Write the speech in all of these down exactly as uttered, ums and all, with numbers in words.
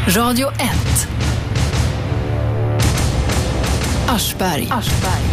Radio ett. Aschberg. Aschberg.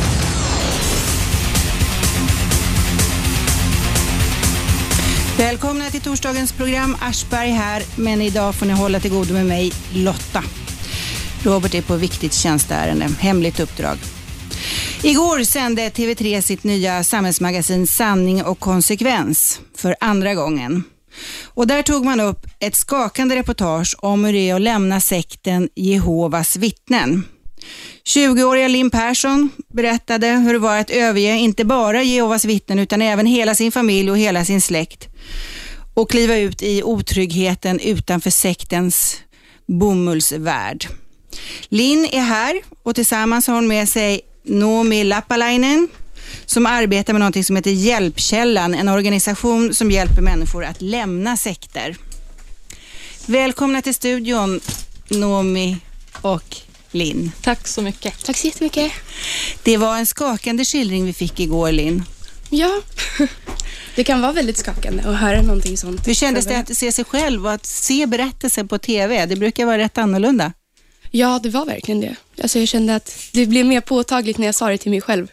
Välkomna till torsdagens program. Aschberg här, men idag får ni hålla till godo med mig, Lotta. Robert är på viktigt tjänsteärende, hemligt uppdrag. Igår sände T V tre sitt nya samhällsmagasin Sanning och konsekvens för andra gången. Och där tog man upp ett skakande reportage om hur det är att lämna sekten Jehovas vittnen. tjugoåriga Linn Persson berättade hur det var att överge inte bara Jehovas vittnen utan även hela sin familj och hela sin släkt. Och kliva ut i otryggheten utanför sektens bomullsvärld. Linn är här och tillsammans har hon med sig Noomi Lappalainen som arbetar med något som heter Hjälpkällan, en organisation som hjälper människor att lämna sekter. Välkomna till studion, Noomi och Linn. Tack så mycket. Tack så jättemycket. Det var en skakande skildring vi fick igår, Linn. Ja, det kan vara väldigt skakande att höra någonting sånt. Hur kändes det att se sig själv och att se berättelser på tv? Det brukar vara rätt annorlunda. Ja, det var verkligen det. Alltså jag kände att det blev mer påtagligt när jag sa det till mig själv.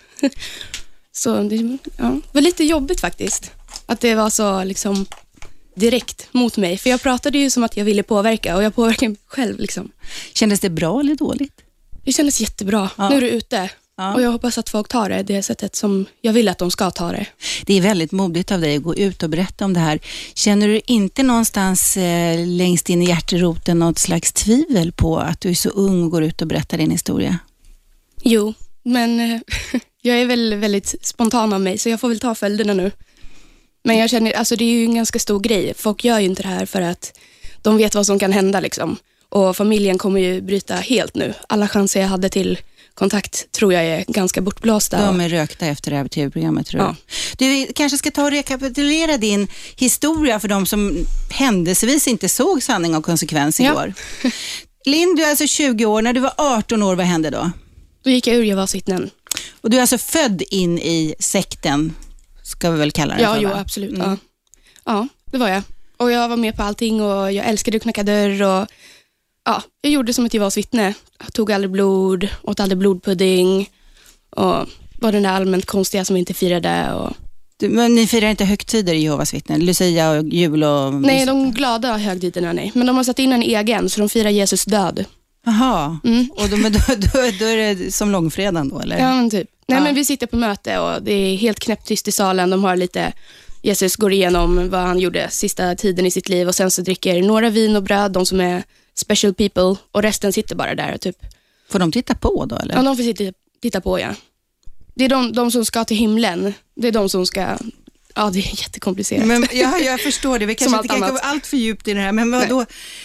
Så det ja, var lite jobbigt faktiskt. Att det var så liksom direkt mot mig. För jag pratade ju som att jag ville påverka och jag påverkade mig själv liksom. Kändes det bra eller dåligt? Det kändes jättebra. Ja. Nu är du ute. Ja. Och jag hoppas att folk tar det det sättet som jag vill att de ska ta det. Det är väldigt modigt av dig att gå ut och berätta om det här. Känner du inte någonstans eh, längst in i hjärteroten något slags tvivel på att du är så ung och går ut och berättar din historia? Jo, men eh, jag är väl väldigt spontan av mig så jag får väl ta följderna nu. Men jag känner, alltså det är ju en ganska stor grej. Folk gör ju inte det här för att de vet vad som kan hända liksom. Och familjen kommer ju bryta helt nu. Alla chanser jag hade till kontakt tror jag är ganska bortblåsta. De är rökta efter det här tv-programmet, tror jag. Ja. Du kanske ska ta och rekapitulera din historia för de som händelsevis inte såg Sanning och konsekvens igår. Ja. Linn, du är alltså tjugo år. När du var arton år, vad hände då? Då gick jag ur Jehovas vittnen. Och du är alltså född in i sekten, ska vi väl kalla den ja, för, jo, va? absolut. Mm. Ja. ja, det var jag. Och jag var med på allting och jag älskade att knacka dörr och ja, jag gjorde som ett Jehovas vittne. Jag tog aldrig blod, åt aldrig blodpudding och var den där allmänt konstiga som inte firade. Och... Du, men ni firar inte högtider i Jehovas vittnen? Lucia och jul och... Nej, de glada högtiderna, nej. Men de har satt in en egen så de firar Jesus död. Jaha, mm. och då, men då, då, då är det som långfredagen då, eller? Ja, men typ. Nej, ja. men vi sitter på möte och det är helt knäpptyst i salen. De har lite... Jesus går igenom vad han gjorde sista tiden i sitt liv och sen så dricker några vin och bröd, de som är special people, och resten sitter bara där typ. Får de titta på då, eller? Ja, de får sitta, titta på, ja. Det är de, de som ska till himlen. Det är de som ska... Ja, det är jättekomplicerat. Men, ja, jag förstår det. Vi kanske inte kan gå allt för djupt i det här. Men vadå?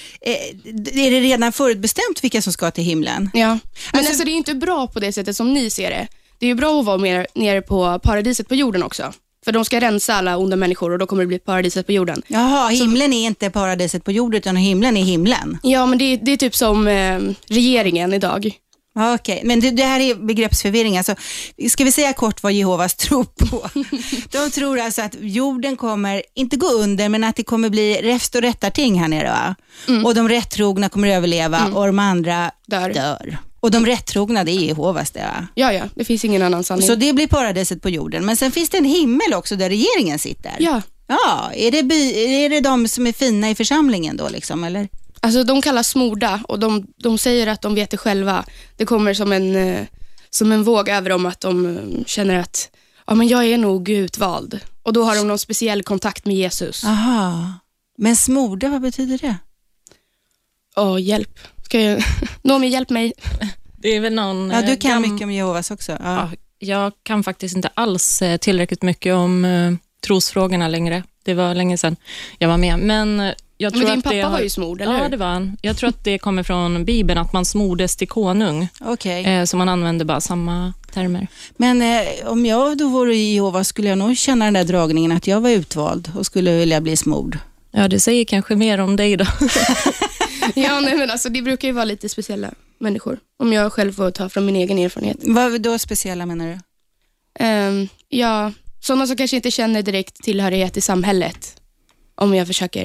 Är det redan förutbestämt vilka som ska till himlen? Ja, men alltså, alltså det är inte bra på det sättet som ni ser det. Det är ju bra att vara mer nere på paradiset på jorden också. För de ska rensa alla onda människor och då kommer det bli paradiset på jorden. Jaha, himlen är inte paradiset på jorden utan himlen är himlen. Ja, men det, det är typ som eh, regeringen idag. Okej, okay. Men det, det här är begreppsförvirring. Alltså, ska vi säga kort vad Jehovas tror på? De tror alltså att jorden kommer inte gå under, men att det kommer bli räfst och rättarting här nere, va? Mm. Och de rättrogna kommer överleva mm. och de andra dör. dör. Och de rättrogna, det är Jehovas det, va? Ja, ja, det finns ingen annan sanning. Så det blir paradiset på jorden. Men sen finns det en himmel också där regeringen sitter. Ja. Ja, är det, by, är det de som är fina i församlingen då liksom, eller? Alltså de kallas smorda och de, de säger att de vet det själva. Det kommer som en, som en våg över dem att de känner att ja, men jag är nog utvald. Och då har de någon speciell kontakt med Jesus. Aha. Men smorda, vad betyder det? Åh, hjälp. Ska jag... Noomi, hjälp mig. Det är väl någon... Ja, du kan gam... mycket om Jehovas också. Ja. Ja, jag kan faktiskt inte alls tillräckligt mycket om uh, trosfrågorna längre. Det var länge sedan jag var med. Men jag tror men din att pappa det har... var ju smord, eller hur? Ja, det var han. Jag tror att det kommer från Bibeln, att man smordes till konung. Okej. Eh, så man använder bara samma termer. Men eh, om jag då vore i Jehova skulle jag nog känna den där dragningen att jag var utvald och skulle vilja bli smord. Ja, det säger kanske mer om dig då. Ja, nej, men alltså det brukar ju vara lite speciella människor. Om jag själv får ta från min egen erfarenhet. Vad då speciella menar du? Um, ja, sådana som kanske inte känner direkt tillhörighet i samhället. Om jag försöker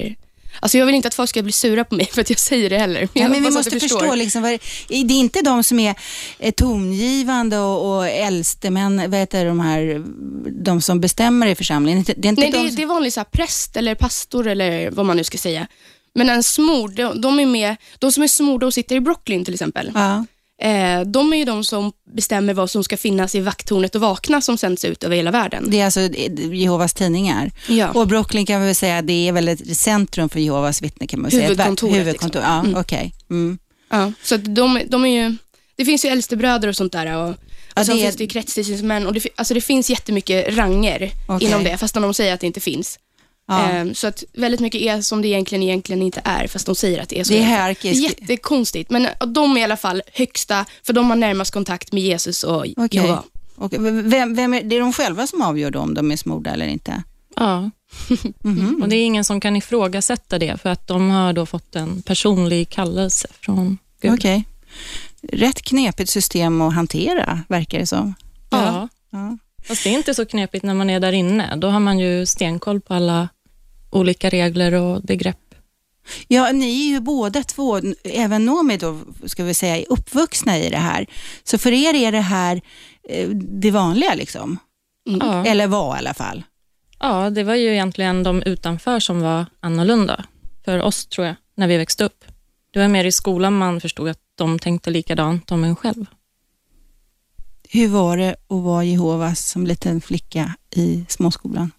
Alltså jag vill inte att folk ska bli sura på mig för att jag säger det heller. Men, ja, men vi måste måste förstå, liksom, vad, det är inte de som är eh, tongivande och, och äldste, men vad heter de här, de som bestämmer i församlingen. Det är inte Nej, de det, som... det är vanligt så här, präst eller pastor eller vad man nu ska säga. Men en smord, de, de är med, de som är smorda och sitter i Brooklyn till exempel. Ja. Eh, de är ju de som bestämmer vad som ska finnas i vakttornet och vakna som sänds ut över hela världen. Det är alltså Jehovas tidningar. Ja. Och Brooklyn kan vi väl säga, det är väl ett centrum för Jehovas vittnen, kan man säga. Huvudkontoret. Huvudkontor. Liksom. Ja, Mm. okej. Okay. Mm. Ja, så att de, de är ju, det finns ju äldstebröder och sånt där och, och ja, sen det är... finns det ju kretstillsynsmän och det, alltså det finns jättemycket ranger okay. inom det, fast de säger att det inte finns. Ja. Um, så att väldigt mycket är som det egentligen egentligen inte är, fast de säger att det är så. Det är hierarkiskt. Jättekonstigt, men de är i alla fall högsta, för de har närmast kontakt med Jesus och okay. Jehova. Okay. Vem, vem är, det är de själva som avgör då om de är smorda eller inte? Ja, mm-hmm. Och det är ingen som kan ifrågasätta det, för att de har då fått en personlig kallelse från Gud. Okej. Okay. Rätt knepigt system att hantera, verkar det som. Ja. Ja. Fast det är inte så knepigt när man är där inne. Då har man ju stenkoll på alla olika regler och begrepp. Ja, ni är ju båda två, även Noomi då, ska vi säga, uppvuxna i det här. Så för er är det här eh, det vanliga liksom? Mm. Ja. Eller var i alla fall? Ja, det var ju egentligen de utanför som var annorlunda. För oss, tror jag, när vi växte upp. Det var mer i skolan man förstod att de tänkte likadant om en själv. Hur var det att vara Jehovas som liten flicka i småskolan?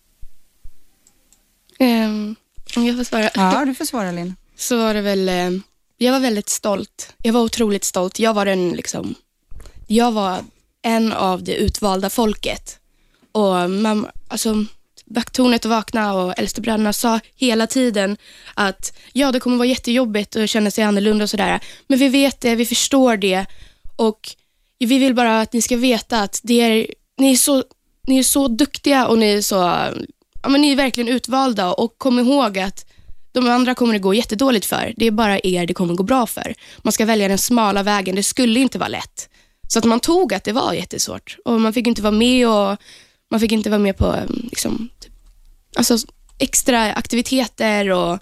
Um, om jag får svara. Ja, du får svara, Linn. Så var det väl, um, jag var väldigt stolt. Jag var otroligt stolt. Jag var en liksom, jag var en av det utvalda folket. Och man, alltså, vakttornet och vakna och äldstebröderna sa hela tiden att ja, det kommer vara jättejobbigt att känna sig annorlunda och sådär. Men vi vet det, vi förstår det. Och vi vill bara att ni ska veta att det är, ni, är så, ni är så duktiga och ni är så, ja, men ni är verkligen utvalda. Och kom ihåg att de andra kommer det gå jättedåligt för. Det är bara er det kommer gå bra för. Man ska välja den smala vägen, det skulle inte vara lätt. Så att man tog att det var jättesvårt. Och man fick inte vara med och man fick inte vara med på liksom, alltså, extra aktiviteter och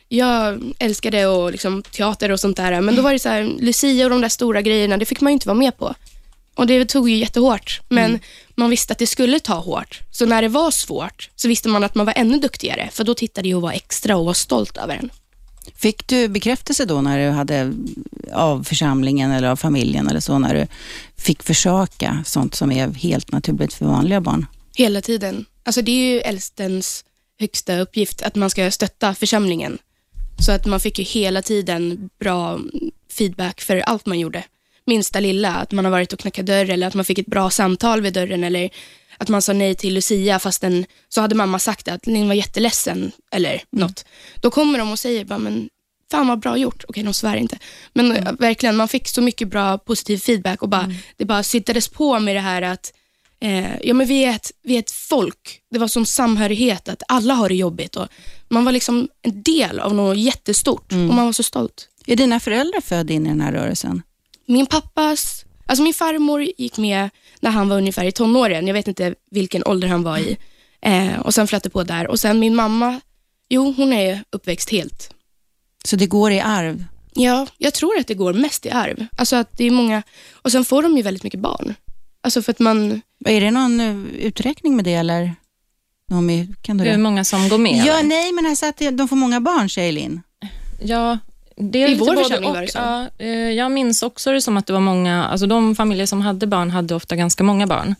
jag älskade och, liksom, teater och sånt där. Men då var det så här, Lucia och de där stora grejerna, det fick man ju inte vara med på. Och det tog ju jättehårt. Men mm. man visste att det skulle ta hårt. Så när det var svårt så visste man att man var ännu duktigare. För då tittade jag och var extra och var stolt över den. Fick du bekräftelse då när du hade av församlingen eller av familjen eller så, när du fick försöka sånt som är helt naturligt för vanliga barn? Hela tiden. Alltså det är ju äldstens högsta uppgift att man ska stötta församlingen. Så att man fick ju hela tiden bra feedback för allt man gjorde. Minsta lilla, att man har varit och knackat dörr eller att man fick ett bra samtal vid dörren eller att man sa nej till Lucia fastän så hade mamma sagt att Linn var jätteledsen eller mm. något. Då kommer de och säger bara, men fan vad bra gjort. Okej, de svär inte. Men mm. verkligen, man fick så mycket bra positiv feedback och bara, mm. det bara sittades på med det här att eh, ja men vi är, ett, vi är ett folk. Det var som samhörighet att alla har det jobbigt och man var liksom en del av något jättestort mm. och man var så stolt. Är dina föräldrar födda in i den här rörelsen? Min pappas, alltså min farmor gick med när han var ungefär i tonåren. Jag vet inte vilken ålder han var i. Eh, och sen flyttade på där. Och sen min mamma, jo hon är uppväxt helt. Så det går i arv? Ja, jag tror att det går mest i arv. Alltså att det är många, och sen får de ju väldigt mycket barn. Alltså för att man... Är det någon uträkning med det eller? Noomi, kan du det? Hur många som går med? Ja, nej men alltså att de får många barn, säger Linn. Ja, det är I lite vår både församling och, var det så. ja, jag minns också det som att det var många, alltså de familjer som hade barn hade ofta ganska många barn.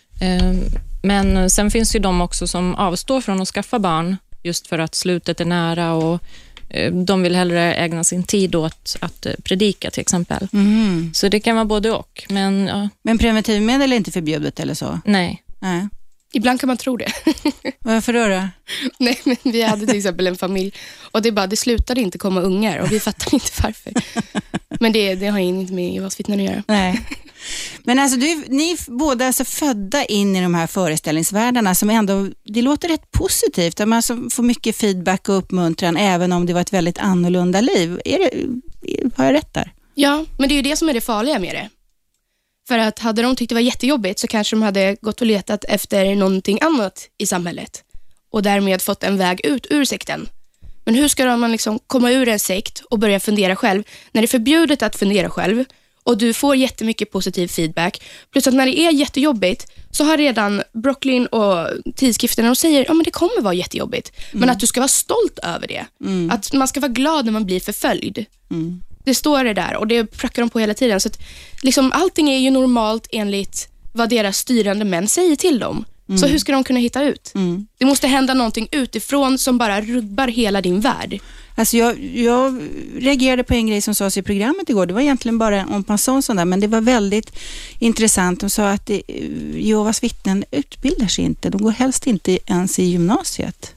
Men sen finns ju de också som avstår från att skaffa barn just för att slutet är nära och de vill hellre ägna sin tid åt att predika till exempel. Mm. Så det kan vara både och. Men, ja. men preventivmedel är inte förbjudet eller så? Nej. Nej. Ibland kan man tro det. Varför då då? Nej, men vi hade till exempel en familj och det bara, det slutade inte komma ungar och vi fattar inte varför. Men det, det har inte med Jehovas vittnen att göra. Nej. Men alltså du, ni är båda alltså födda in i de här föreställningsvärldarna som ändå, det låter rätt positivt. Att man alltså får mycket feedback och uppmuntran även om det var ett väldigt annorlunda liv. Är det, har jag rätt där? Ja, men det är ju det som är det farliga med det. För att hade de tyckt det var jättejobbigt så kanske de hade gått och letat efter någonting annat i samhället. Och därmed fått en väg ut ur sekten. Men hur ska man liksom komma ur en sekt och börja fundera själv när det är förbjudet att fundera själv och du får jättemycket positiv feedback. Plus att när det är jättejobbigt så har redan Brooklyn och tidskrifterna och säger ja men det kommer vara jättejobbigt. Mm. Men att du ska vara stolt över det. Mm. Att man ska vara glad när man blir förföljd. Mm. Det står det där och det prackar de på hela tiden. Så att, liksom, allting är ju normalt enligt vad deras styrande män säger till dem. Mm. Så hur ska de kunna hitta ut? Mm. Det måste hända någonting utifrån som bara rubbar hela din värld. Alltså jag, jag reagerade på en grej som sades i programmet igår. Det var egentligen bara om passant sådär, men det var väldigt intressant. De sa att det, Jehovas vittnen utbildar sig inte. De går helst inte ens i gymnasiet.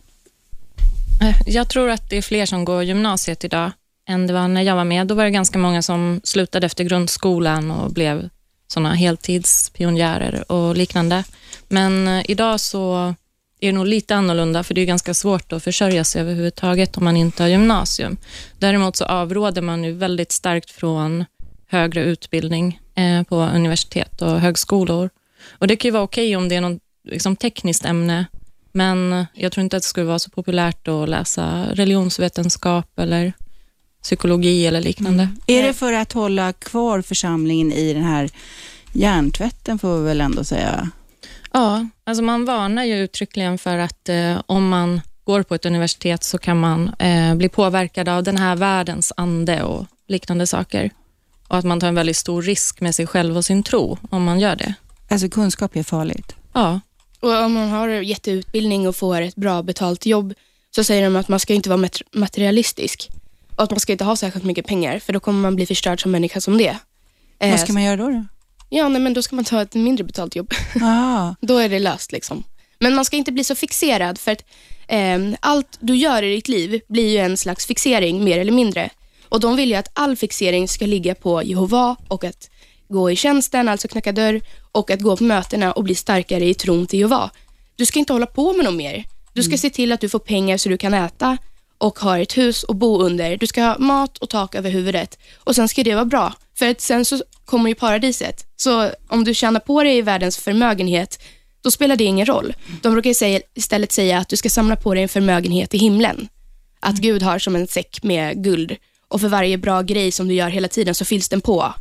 Jag tror att det är fler som går gymnasiet idag än det var när jag var med. Då var det ganska många som slutade efter grundskolan och blev sådana heltidspionjärer och liknande. Men idag så är det nog lite annorlunda för det är ganska svårt att försörja sig överhuvudtaget om man inte har gymnasium. Däremot så avråder man nu väldigt starkt från högre utbildning eh, på universitet och högskolor. Och det kan ju vara okej om det är något liksom, tekniskt ämne, men jag tror inte att det skulle vara så populärt att läsa religionsvetenskap eller psykologi eller liknande. Mm. Är det för att hålla kvar församlingen i den här hjärntvätten får vi väl ändå säga? Ja, alltså man varnar ju uttryckligen för att eh, om man går på ett universitet så kan man eh, bli påverkad av den här världens ande och liknande saker. Och att man tar en väldigt stor risk med sig själv och sin tro om man gör det. Alltså kunskap är farligt? Ja. Och om man har jätteutbildning och får ett bra betalt jobb så säger de att man ska inte vara materialistisk. Och att man ska inte ha särskilt mycket pengar för då kommer man bli förstörd som människa som det. Eh, Vad ska man göra då då? Ja, nej, men då ska man ta ett mindre betalt jobb. Ah. Då är det löst liksom. Men man ska inte bli så fixerad för att eh, allt du gör i ditt liv blir ju en slags fixering mer eller mindre. Och de vill ju att all fixering ska ligga på Jehova och att gå i tjänsten, alltså knacka dörr och att gå på mötena och bli starkare i tron till Jehova. Du ska inte hålla på med något mer. Du ska mm. se till att du får pengar så du kan äta och har ett hus och bo under. Du ska ha mat och tak över huvudet. Och sen ska det vara bra. För att sen så kommer ju paradiset. Så om du tjänar på dig i världens förmögenhet, då spelar det ingen roll. De brukar säga, istället säga att du ska samla på dig en förmögenhet i himlen. Att mm. Gud har som en säck med guld. Och för varje bra grej som du gör hela tiden så fylls den på.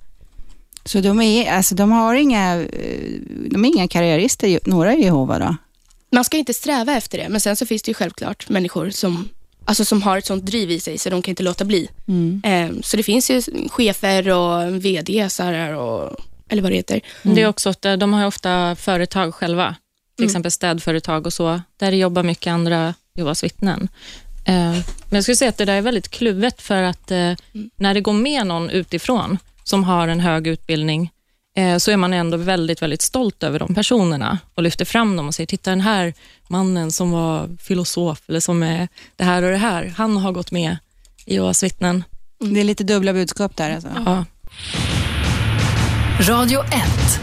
Så de, är, alltså, de har inga, de är inga karriärister, några i Jehova då? Man ska inte sträva efter det. Men sen så finns det ju självklart människor som... Alltså som har ett sånt driv i sig så de kan inte låta bli. Mm. Eh, så det finns ju chefer och vd-sar och eller vad det heter. Mm. Det är också att de har ofta företag själva. Till mm. exempel städföretag och så. Där det jobbar mycket andra Jehovas vittnen. Eh, men jag skulle säga att det där är väldigt kluvet för att eh, mm. när det går med någon utifrån som har en hög utbildning eh, så är man ändå väldigt, väldigt stolt över de personerna och lyfter fram dem och säger, titta den här mannen som var filosof eller som är det här och det här, han har gått med i Jehovas vittnen. Mm. Det är lite dubbla budskap där alltså. Ja. Radio ett.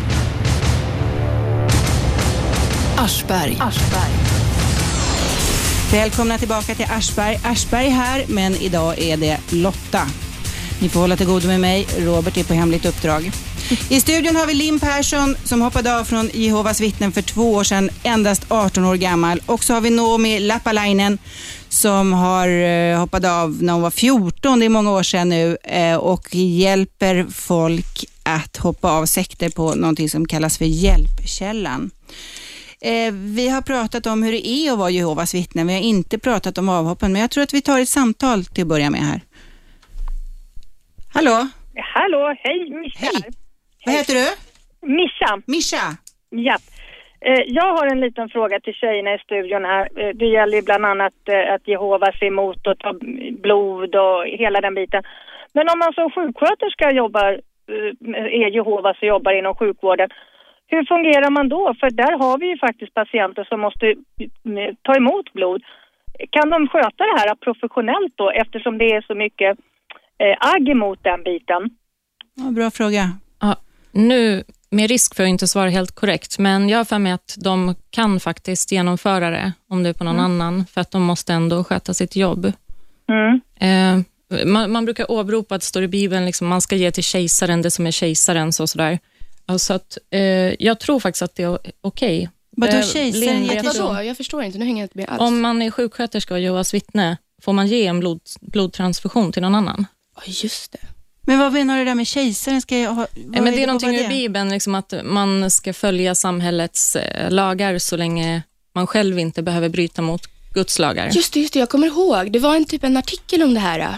Aschberg. Aschberg. Välkomna tillbaka till Aschberg. Aschberg här, men idag är det Lotta. Ni får hålla till godo med mig. Robert är på hemligt uppdrag. I studion har vi Linn Persson som hoppade av från Jehovas vittnen för två år sedan, endast arton år gammal. Och så har vi Noomi Lappalainen som har eh, hoppat av när hon var fjorton, det är många år sedan nu, eh, och hjälper folk att hoppa av sekter på någonting som kallas för Hjälpkällan. Eh, vi har pratat om hur det är att vara Jehovas vittnen, vi har inte pratat om avhoppen, men jag tror att vi tar ett samtal till att börja med här. Hallå? Hallå, hej, Mischa. Hej. Vad heter du? Mischa. Mischa. Ja. Jag har en liten fråga till tjejerna i studion här. Det gäller ju bland annat att Jehova ser emot och ta blod och hela den biten. Men om man som sjuksköterska jobbar, är Jehova så jobbar inom sjukvården, hur fungerar man då? För där har vi ju faktiskt patienter som måste ta emot blod. Kan de sköta det här professionellt då, eftersom det är så mycket agg emot den biten? Ja, bra fråga. Ja, nu med risk för att inte svara helt korrekt, men jag har för mig att de kan faktiskt genomföra det om det är på någon mm. annan, för att de måste ändå sköta sitt jobb. Mm. Eh, man, man brukar åberopa att det står i Bibeln liksom, man ska ge till kejsaren det som är kejsarens och sådär. Alltså att, eh, jag tror faktiskt att det är okej. Okay. Vadå kejsaren? Vadå? Jag förstår inte, nu hänger jag inte med alls. Om man är sjuksköterska och Jehovas vittne får man ge en blod, blodtransfusion till någon annan. Ja, just det. Men vad menar du där med kejsaren? Ska jag ha, Men det är, det någonting ur Bibeln, liksom att man ska följa samhällets lagar så länge man själv inte behöver bryta mot Guds lagar. Just det, just det, jag kommer ihåg. Det var en typ en artikel om det här.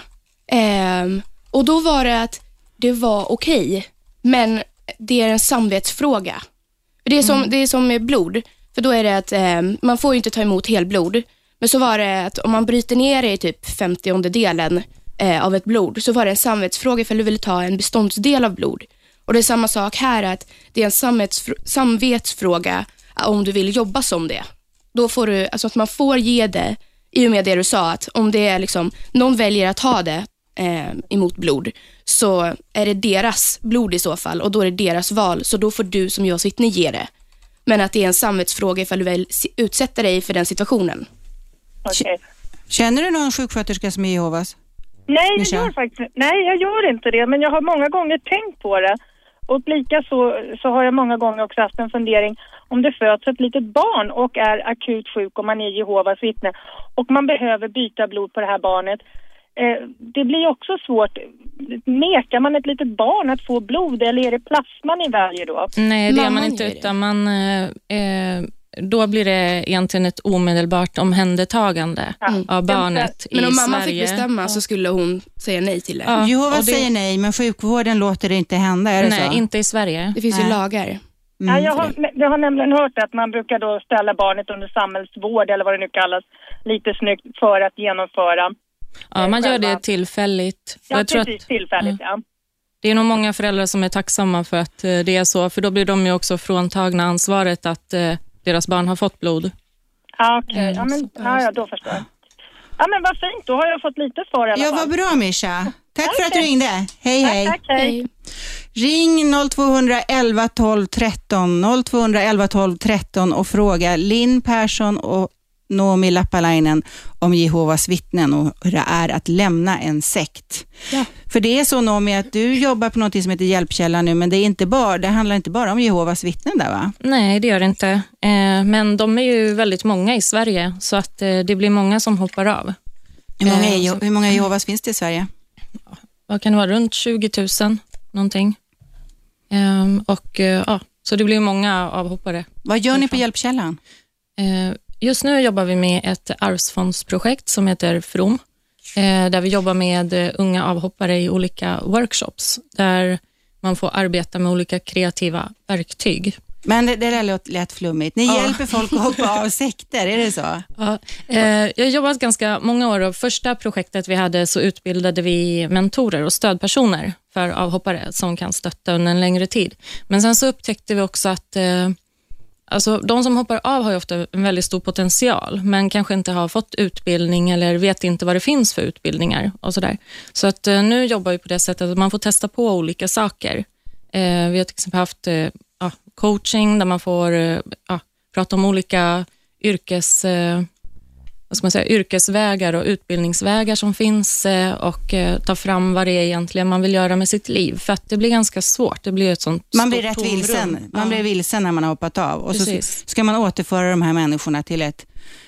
Ehm, och då var det att det var okej, men det är en samvetsfråga. Det är som, mm. det är som med blod. För då är det att eh, man får ju inte ta emot helblod. Men så var det att om man bryter ner det i typ femtionde delen eh, av ett blod, så var det en samvetsfråga för du ville ta en beståndsdel av blod. Och det är samma sak här, att det är en samvetsfr- samvetsfråga om du vill jobba som det. Då får du, alltså att man får ge det i och med det du sa, att om det är liksom, någon väljer att ha det eh, emot blod, så är det deras blod i så fall, och då är det deras val, så då får du som Jehovas vittne ge det. Men att det är en samvetsfråga ifall du väl utsätter dig för den situationen. Okay. Känner du någon sjuksköterska som är Jehovas? Nej, jag gör faktiskt, nej, jag gör inte det, men jag har många gånger tänkt på det. Och lika så, så har jag många gånger också haft en fundering om det föds ett litet barn och är akut sjuk om man är Jehovas vittne och man behöver byta blod på det här barnet. Eh, det blir också svårt. Nekar man ett litet barn att få blod, eller är det plasma ni väljer då? Nej, det är man inte, utan man, eh, då blir det egentligen ett omedelbart omhändertagande mm. av barnet i Men om mamma Sverige. fick bestämma så skulle hon säga nej till det. Ja. Jehovas det... säger nej, men sjukvården låter det inte hända, är det nej, så? Nej, inte i Sverige. Det finns nej. ju lagar. Mm. Ja, jag, har, jag har nämligen hört att man brukar då ställa barnet under samhällsvård, eller vad det nu kallas, lite snyggt för att genomföra. Ja, man gör det tillfälligt. Ja, jag tror precis, att, tillfälligt, ja. Det är nog många föräldrar som är tacksamma för att det är så, för då blir de ju också fråntagna ansvaret att eh, deras barn har fått blod. Ja, okej. Okay. Ja, men, ja, ja, då förstår jag. Ja, men vad fint. Då har jag fått lite svar i alla fall. Ja, vad bra, Mischa. Tack okay. för att du ringde. Hej, tack, hej. Tack, hej. Ring noll två elva tolv tretton noll två elva tolv tretton och fråga Linn Persson och Noomi Lappalainen om Jehovas vittnen och hur det är att lämna en sekt. Ja. För det är så, Noomi, att du jobbar på något som heter Hjälpkällan nu, men det är inte bara, det handlar inte bara om Jehovas vittnen där, va? Nej, det gör det inte. Eh, men de är ju väldigt många i Sverige, så att eh, det blir många som hoppar av. Hur många, är, eh, hur många Jehovas finns det i Sverige? Vad kan det vara? Runt tjugo tusen någonting. Eh, och eh, ja, så det blir många avhoppare. Vad gör ni på Hjälpkällan? Eh, Just nu jobbar vi med ett arvsfondsprojekt som heter From, eh, där vi jobbar med eh, unga avhoppare i olika workshops där man får arbeta med olika kreativa verktyg. Men det, det lät, lät flummigt. Ni ja. hjälper folk att hoppa av sekter, är det så? Ja, eh, jag har jobbat ganska många år och första projektet vi hade så utbildade vi mentorer och stödpersoner för avhoppare som kan stötta under en längre tid. Men sen så upptäckte vi också att eh, Alltså, de som hoppar av har ju ofta en väldigt stor potential, men kanske inte har fått utbildning eller vet inte vad det finns för utbildningar och sådär. Så att eh, nu jobbar vi på det sättet att man får testa på olika saker. Eh, vi har till exempel haft eh, ja, coaching där man får eh, ja, prata om olika yrkes... Eh, vad ska man säga, yrkesvägar och utbildningsvägar som finns eh, och eh, ta fram vad det är egentligen man vill göra med sitt liv. För att det blir ganska svårt. Det blir ett sånt man blir rätt vilsen. Man ja. blir vilsen när man har hoppat av. Och Precis. så ska man återföra de här människorna till ett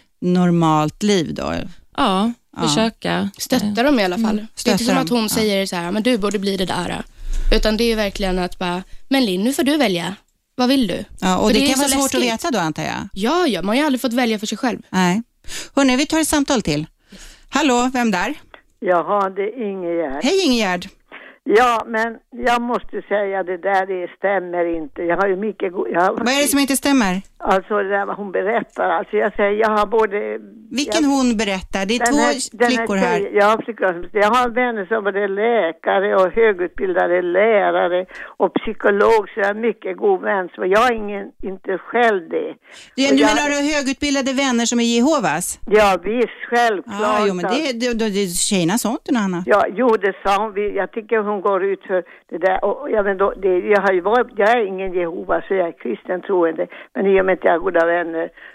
normalt liv då. Ja, ja. försöka. Stötta dem i alla fall. Mm. Det är inte som att hon ja. säger så här, men du borde bli det där. Utan det är verkligen att bara, men Linn, nu får du välja. Vad vill du? Ja, och För det, det kan vara svårt läskigt. att veta då, antar jag. Ja, ja, man har ju aldrig fått välja för sig själv. Nej. Hörrni, vi tar ett samtal till. Hallå, vem där? Jaha, det är Ingegärd. Hej Ingegärd. Ja, men jag måste säga det där det stämmer inte. Jag har ju mycket go- jag har... Vad är det som inte stämmer? Alltså det där vad hon berättar. Alltså jag säger, jag har både... Vilken jag... hon berättar? Det är två här, flickor här. här. Ja, flickor. Jag har vänner som är läkare och högutbildade lärare och psykolog. Så jag är mycket god vän. Så jag är ingen, inte själv det. Du, du jag... menar du har högutbildade vänner som är Jehovas? Ja, visst, självklart. Ah, jo, men det, det, det, det tjejerna sa inte något annat. Ja, jo, det sa hon. Jag tycker hon går ut för det där. Och jag, men då, det, jag, har ju varit, jag är ingen Jehovas, så jag är kristen troende. Men i och med att jag är goda vänner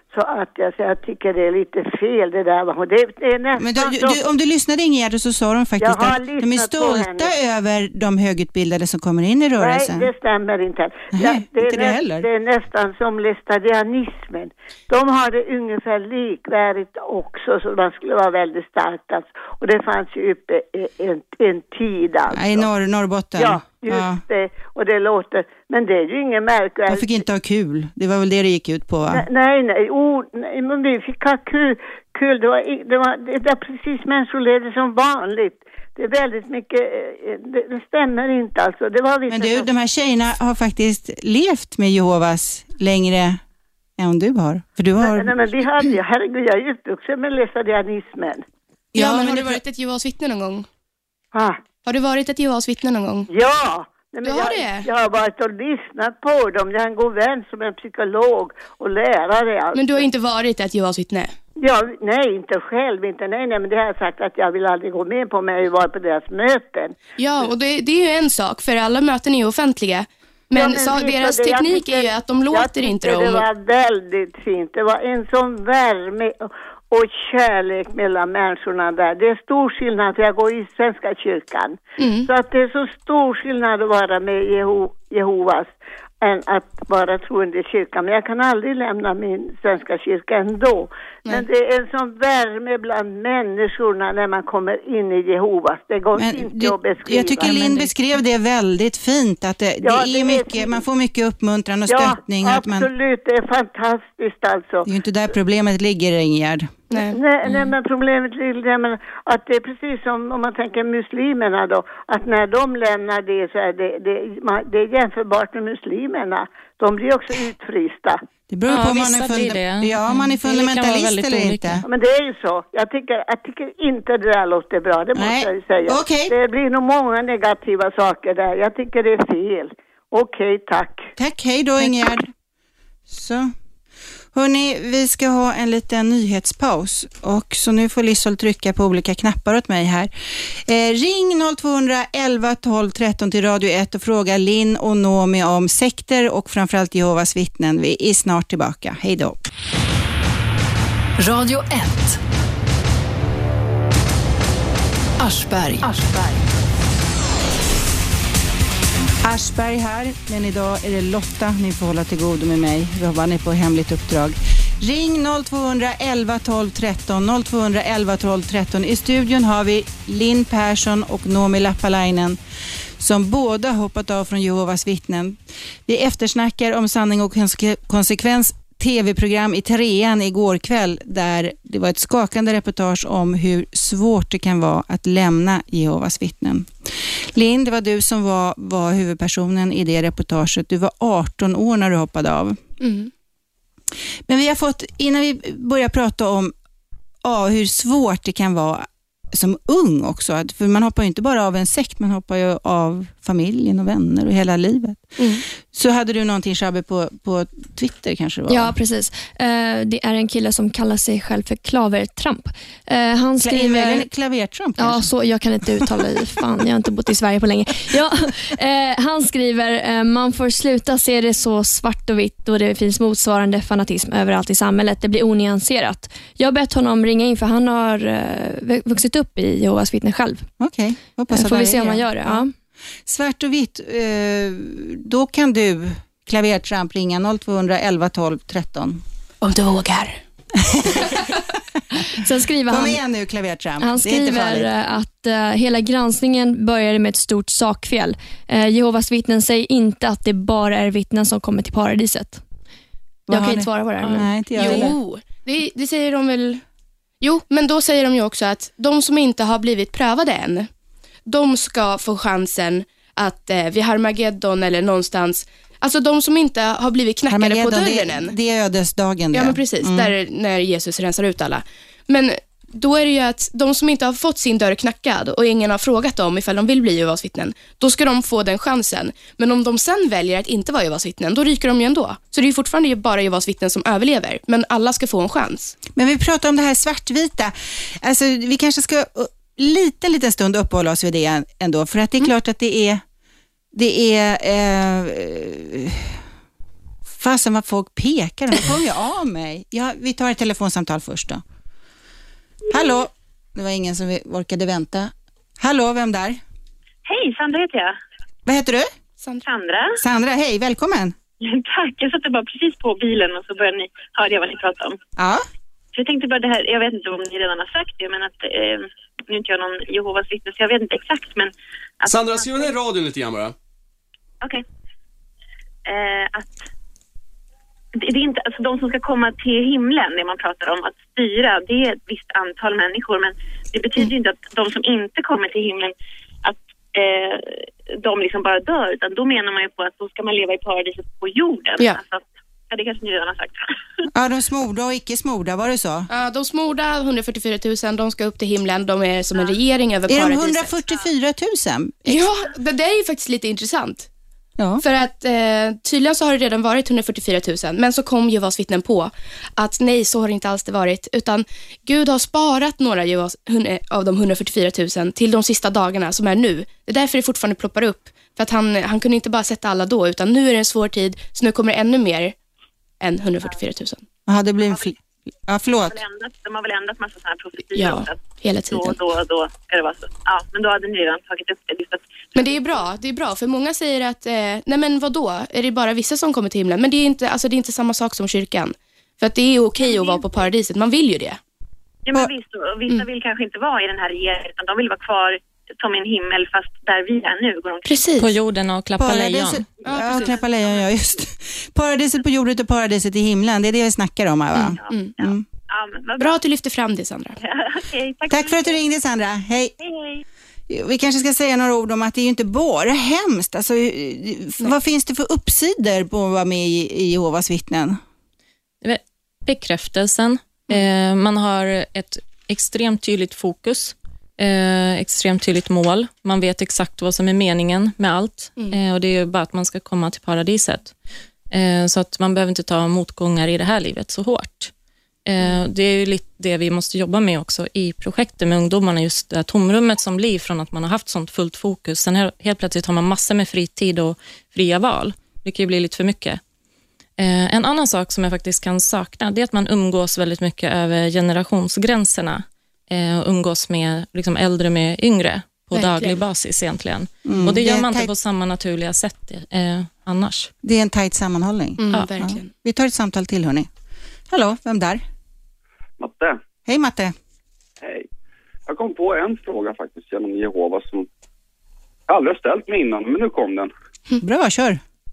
Så att jag, så jag tycker det är lite fel det där. Det, det är nästan Men du, du, om du lyssnade Ingegärd så sa de faktiskt att de är stolta över de högutbildade som kommer in i rörelsen. Nej, det stämmer inte. Nej, ja, det, är inte det, nä- heller. det är nästan som lästadianismen. De har det ungefär likvärdigt också, så man skulle vara väldigt starkt. Alltså. Och det fanns ju uppe en, en tid alltså. Ja, i Norr, Norrbotten. Ja, just ja. det. Och det låter, men det är ju ingen märkvärdigt. De fick inte ha kul. Det var väl det det gick ut på, va? Nej, nej, oh, nej men vi fick ha kul. kul. Det, var, det, var, det var precis människor som vanligt. Det är väldigt mycket, det, det stämmer inte alltså. Det var men du, de här tjejerna har faktiskt levt med Jehovas längre än du har. För du har... Nej, nej men vi hade, herregud, jag är uppvuxen med lästadianismen. Ja, ja, men har du varit ett Jehovas vittne någon gång? Va? Har du varit ett Jehovas vittne någon gång? Ja! Nej, men du har jag, det? Jag har varit och lyssnat på dem. Jag har en god vän som är psykolog och lärare. Alltså. Men du har inte varit ett Jehovas vittne? Ja, nej, inte själv. Inte, nej, nej, men det har jag sagt att jag vill aldrig gå med på, men jag har ju varit på deras möten. Ja, och det, det är ju en sak, för alla möten är ju offentliga. Men, ja, men så, deras det, teknik tycker, är ju att de låter inte dem. Det var väldigt fint. Det var en sån värme och kärlek mellan människorna där. Det är stor skillnad, för jag går i Svenska kyrkan. Mm. Så att det är så stor skillnad att vara med Jeho- Jehovas än att vara troende i kyrkan. Men jag kan aldrig lämna min Svenska kyrka ändå. Nej. Men det är en sån värme bland människorna när man kommer in i Jehovas. Det går men inte det, att beskriva. Jag tycker Linn det... beskrev det väldigt fint. Att det, ja, det är det mycket, är... man får mycket uppmuntran och stöttning. Ja, att man... absolut. Det är fantastiskt alltså. Det är ju inte där problemet ligger, Ingegärd. Nej. Nej, mm. nej, men problemet ligger att det är precis som om man tänker muslimerna då. Att när de lämnar det så är det, det, man, det är jämförbart med muslimerna. De blir också utfrysta. Det beror på ja, om man är, funda- ja, man är fundamentalist eller olika. inte. Ja, men det är ju så. Jag tycker, jag tycker inte det där låter bra, det måste Nej. jag ju säga. Okay. Det blir nog många negativa saker där. Jag tycker det är fel. Okej, okay, tack. Tack, hej då Ingegärd. Så... Hörrni, vi ska ha en liten nyhetspaus och så nu får Lissol trycka på olika knappar åt mig här. Eh, ring noll två elva tolv tretton till Radio ett och fråga Linn och Nomi om sekter och framförallt Jehovas vittnen. Vi är snart tillbaka. Hej då. Radio ett. Aschberg. Aschberg. Aschberg här, men idag är det Lotta. Ni får hålla till godo med mig. Jobbar ni på hemligt uppdrag. Ring noll två elva tolv tretton noll två elva tolv tretton. I studion har vi Linn Persson och Nomi Lappalainen som båda hoppat av från Jehovas vittnen. Vi eftersnackar om sanning och konsekvens tv-program i trean igår kväll där det var ett skakande reportage om hur svårt det kan vara att lämna Jehovas vittnen. Linn, det var du som var, var huvudpersonen i det reportaget. Du var arton år när du hoppade av. Mm. Men vi har fått, innan vi börjar prata om ja, hur svårt det kan vara som ung också, för man hoppar ju inte bara av en sekt, man hoppar ju av familjen och vänner och hela livet. Mm. Så hade du någonting, Shabbe, på, på Twitter kanske det var? Ja, precis. Uh, det är en kille som kallar sig själv för Klavertramp. Uh, han skriver... Klavertramp kanske? Ja, så jag kan inte uttala det. Fan, jag har inte bott i Sverige på länge. Ja, uh, han skriver, uh, man får sluta se det så svart och vitt och det finns motsvarande fanatism överallt i samhället. Det blir onyanserat. Jag har bett honom ringa in för han har uh, vuxit upp i Jehovas vittnen själv. Okej, hoppas får vi se om han gör det. Ja. Ja. Svart och vitt, då kan du Klavertramp ringa noll två elva tolv tretton. Om du vågar. Sen skriver Kom han, igen nu, Klavertramp. Han skriver att uh, hela granskningen började med ett stort sakfel. Uh, Jehovas vittnen säger inte att det bara är vittnen som kommer till paradiset. Vad jag kan ni? inte svara på det här. Men... Nej, inte jag jo, det, det säger de väl... Jo, men då säger de ju också att de som inte har blivit prövade än, de ska få chansen att eh, vid Harmageddon eller någonstans, alltså de som inte har blivit knackade på dörren än. Det är ödesdagen. Ja, men precis, mm. där när Jesus rensar ut alla. Men då är det ju att de som inte har fått sin dörr knackad och ingen har frågat dem ifall de vill bli Jehovas vittnen, då ska de få den chansen. Men om de sen väljer att inte vara Jehovas vittnen, då ryker de ju ändå. Så det är ju fortfarande bara Jehovas vittnen som överlever, men alla ska få en chans. Men vi pratar om det här svartvita. Alltså vi kanske ska lite liten stund uppehålla oss vid det ändå, för att det är mm. klart att det är det är eh, Fasen vad folk pekar, de kommer ju av mig. Ja, vi tar ett telefonsamtal först då. Hallå, det var ingen som orkade vänta. Hallå, vem där? Hej, Sandra heter jag. Vad heter du? Sandra. Sandra, hej, välkommen. Tack, jag satt bara precis på bilen och så började ni höra vad ni pratade om. Ja. Så jag tänkte bara det här, jag vet inte om ni redan har sagt det, men att eh, nu är inte jag någon Jehovas vittne, så jag vet inte exakt, men... Att, Sandra, skriv ner radion lite grann bara. Okej. Okay. Eh, att det, det är inte, alltså de som ska komma till himlen, det man pratar om, att styra, det är ett visst antal människor, men det betyder mm. inte att de som inte kommer till himlen, att eh, de liksom bara dör, utan då menar man ju på att då ska man leva i paradiset på jorden. Ja. Alltså, ja, det kanske ni redan har sagt. Ja, de smorda och icke smorda, var det så? Ja, de smorda, hundrafyrtiofyra tusen, de ska upp till himlen. De är som en regering över paradiset. Är de hundrafyrtiofyra tusen? Ja, det där är ju faktiskt lite intressant. Ja. För att eh, tydligen så har det redan varit hundrafyrtiofyra tusen, men så kom Jehovas vittnen på att nej, så har det inte alls det varit, utan Gud har sparat några Jehovas, av de hundrafyrtiofyra tusen till de sista dagarna som är nu. Det är därför det fortfarande ploppar upp, för att han, han kunde inte bara sätta alla då, utan nu är det en svår tid, så nu kommer det ännu mer än hundrafyrtiofyra tusen. Ja, det blir en fl- ja, förlåt. De har väl ändrat, de har väl ändrat massa sådana här profetier. Ja, hela tiden. Då, då, då ska det vara så. Ja, men då hade ni redan tagit upp det. Att... Men det är bra, det är bra, för många säger att, eh, nej men vadå, är det bara vissa som kommer till himlen? Men det är inte, alltså det är inte samma sak som kyrkan. För att det är okej att vara på paradiset, man vill ju det. Ja, men visst, och vissa mm. vill kanske inte vara i den här regeringen, utan de vill vara kvar som en himmel, fast där vi är nu. Går de precis. På jorden och klappa Paradiset, lejon. Ja, ja klappa lejon, ja just. Paradiset på jorden och paradiset i himlen, det är det vi snackar om här, va? Mm. Mm. Mm. Ja, men bra. Bra att du lyfter fram det, Sandra. Okay, tack tack för att du ringde, Sandra. Hej. Hej, hej. Vi kanske ska säga några ord om att det är ju inte bara hemskt. Alltså, vad finns det för uppsidor på att vara med i Jehovas vittnen? Bekräftelsen. Eh, man har ett extremt tydligt fokus. Eh, extremt tydligt mål. Man vet exakt vad som är meningen med allt. Mm. Eh, och det är ju bara att man ska komma till paradiset. Eh, så att man behöver inte ta motgångar i det här livet så hårt. Eh, det är ju lite det vi måste jobba med också i projektet med ungdomarna. Just det här tomrummet som blir från att man har haft sånt fullt fokus. Sen här, helt plötsligt har man massor med fritid och fria val. Det kan ju bli lite för mycket. Eh, en annan sak som jag faktiskt kan sakna, det är att man umgås väldigt mycket över generationsgränserna. Eh, och umgås med liksom, äldre med yngre på verkligen. Daglig basis egentligen. Mm, och det gör det man inte tajt... på samma naturliga sätt eh, annars. Det är en tajt sammanhållning. Mm, ja, verkligen. Ja. Vi tar ett samtal till, hörni. Hallå, vem där? Matte. Hej, Matte. Hej. Jag kom på en fråga faktiskt genom Jehova som jag aldrig har ställt mig innan, men nu kom den. Mm. Bra, kör.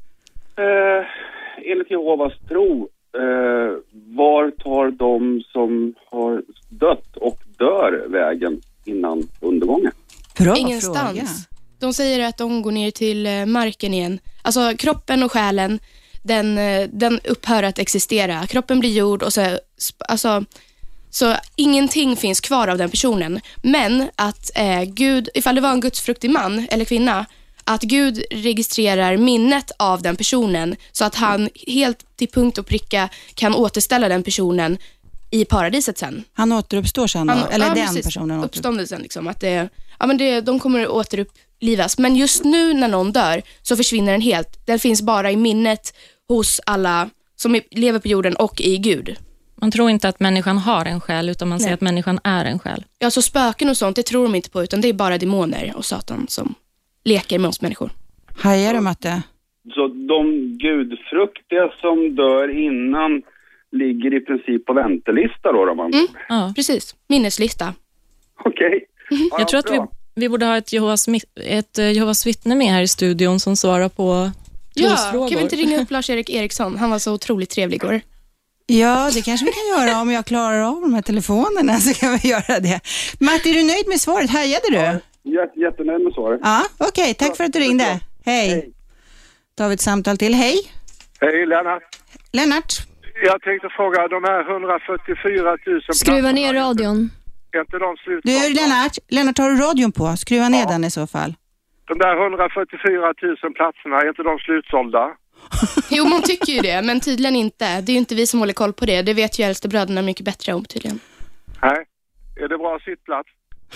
Eh, enligt Jehovas tro, eh, var tar de som har dött och dör vägen innan undergången? Bra Ingenstans. Fråga. De säger att de går ner till marken igen. Alltså kroppen och själen, den, den upphör att existera. Kroppen blir jord och så, alltså, så ingenting finns kvar av den personen. Men att eh, Gud, ifall det var en gudsfruktig man eller kvinna, att Gud registrerar minnet av den personen så att han helt till punkt och pricka kan återställa den personen i paradiset sen. Han återuppstår sen då? Han, eller ja, den precis, personen återupp... uppståndelsen liksom. Att det, ja, men det, de kommer återupplivas. Men just nu när någon dör så försvinner den helt. Den finns bara i minnet hos alla som lever på jorden och i Gud. Man tror inte att människan har en själ, utan man Nej. Säger att människan är en själ. Ja, så spöken och sånt, det tror de inte på, utan det är bara demoner och Satan som leker med oss människor. Hajar du, Matte? Så de gudfruktiga som dör innan ligger i princip på väntelista då? då man... mm. Ja, precis. Minneslista. Okej. Okay. Mm. Jag tror att vi, vi borde ha ett Jehovas, ett Jehovas vittne med här i studion som svarar på trosfrågor. Ja, kan vi inte ringa upp Lars-Erik Eriksson? Han var så otroligt trevlig igår. Ja, det kanske vi kan göra om jag klarar av de här telefonerna, så kan vi göra det. Matt, är du nöjd med svaret? Hejade du? Ja, jätte, jättenöjd med svaret. Ja, okej. Okay. Tack ja, för att du ringde. Hej. Hej. Då har vi ett samtal till. Hej. Hej, Lennart. Lennart. Jag tänkte fråga, de här hundrafyrtiofyra tusen... Skruva ner radion. Är inte de slut? Du, Lennart, Lennart, har du radion på? Skruva ner ja. den i så fall. De där hundrafyrtiofyra tusen platserna, är inte de slutsålda? Jo, man tycker ju det, men tydligen inte. Det är ju inte vi som håller koll på det. Det vet ju äldste bröderna mycket bättre om tydligen. Nej, är det bra sittplats?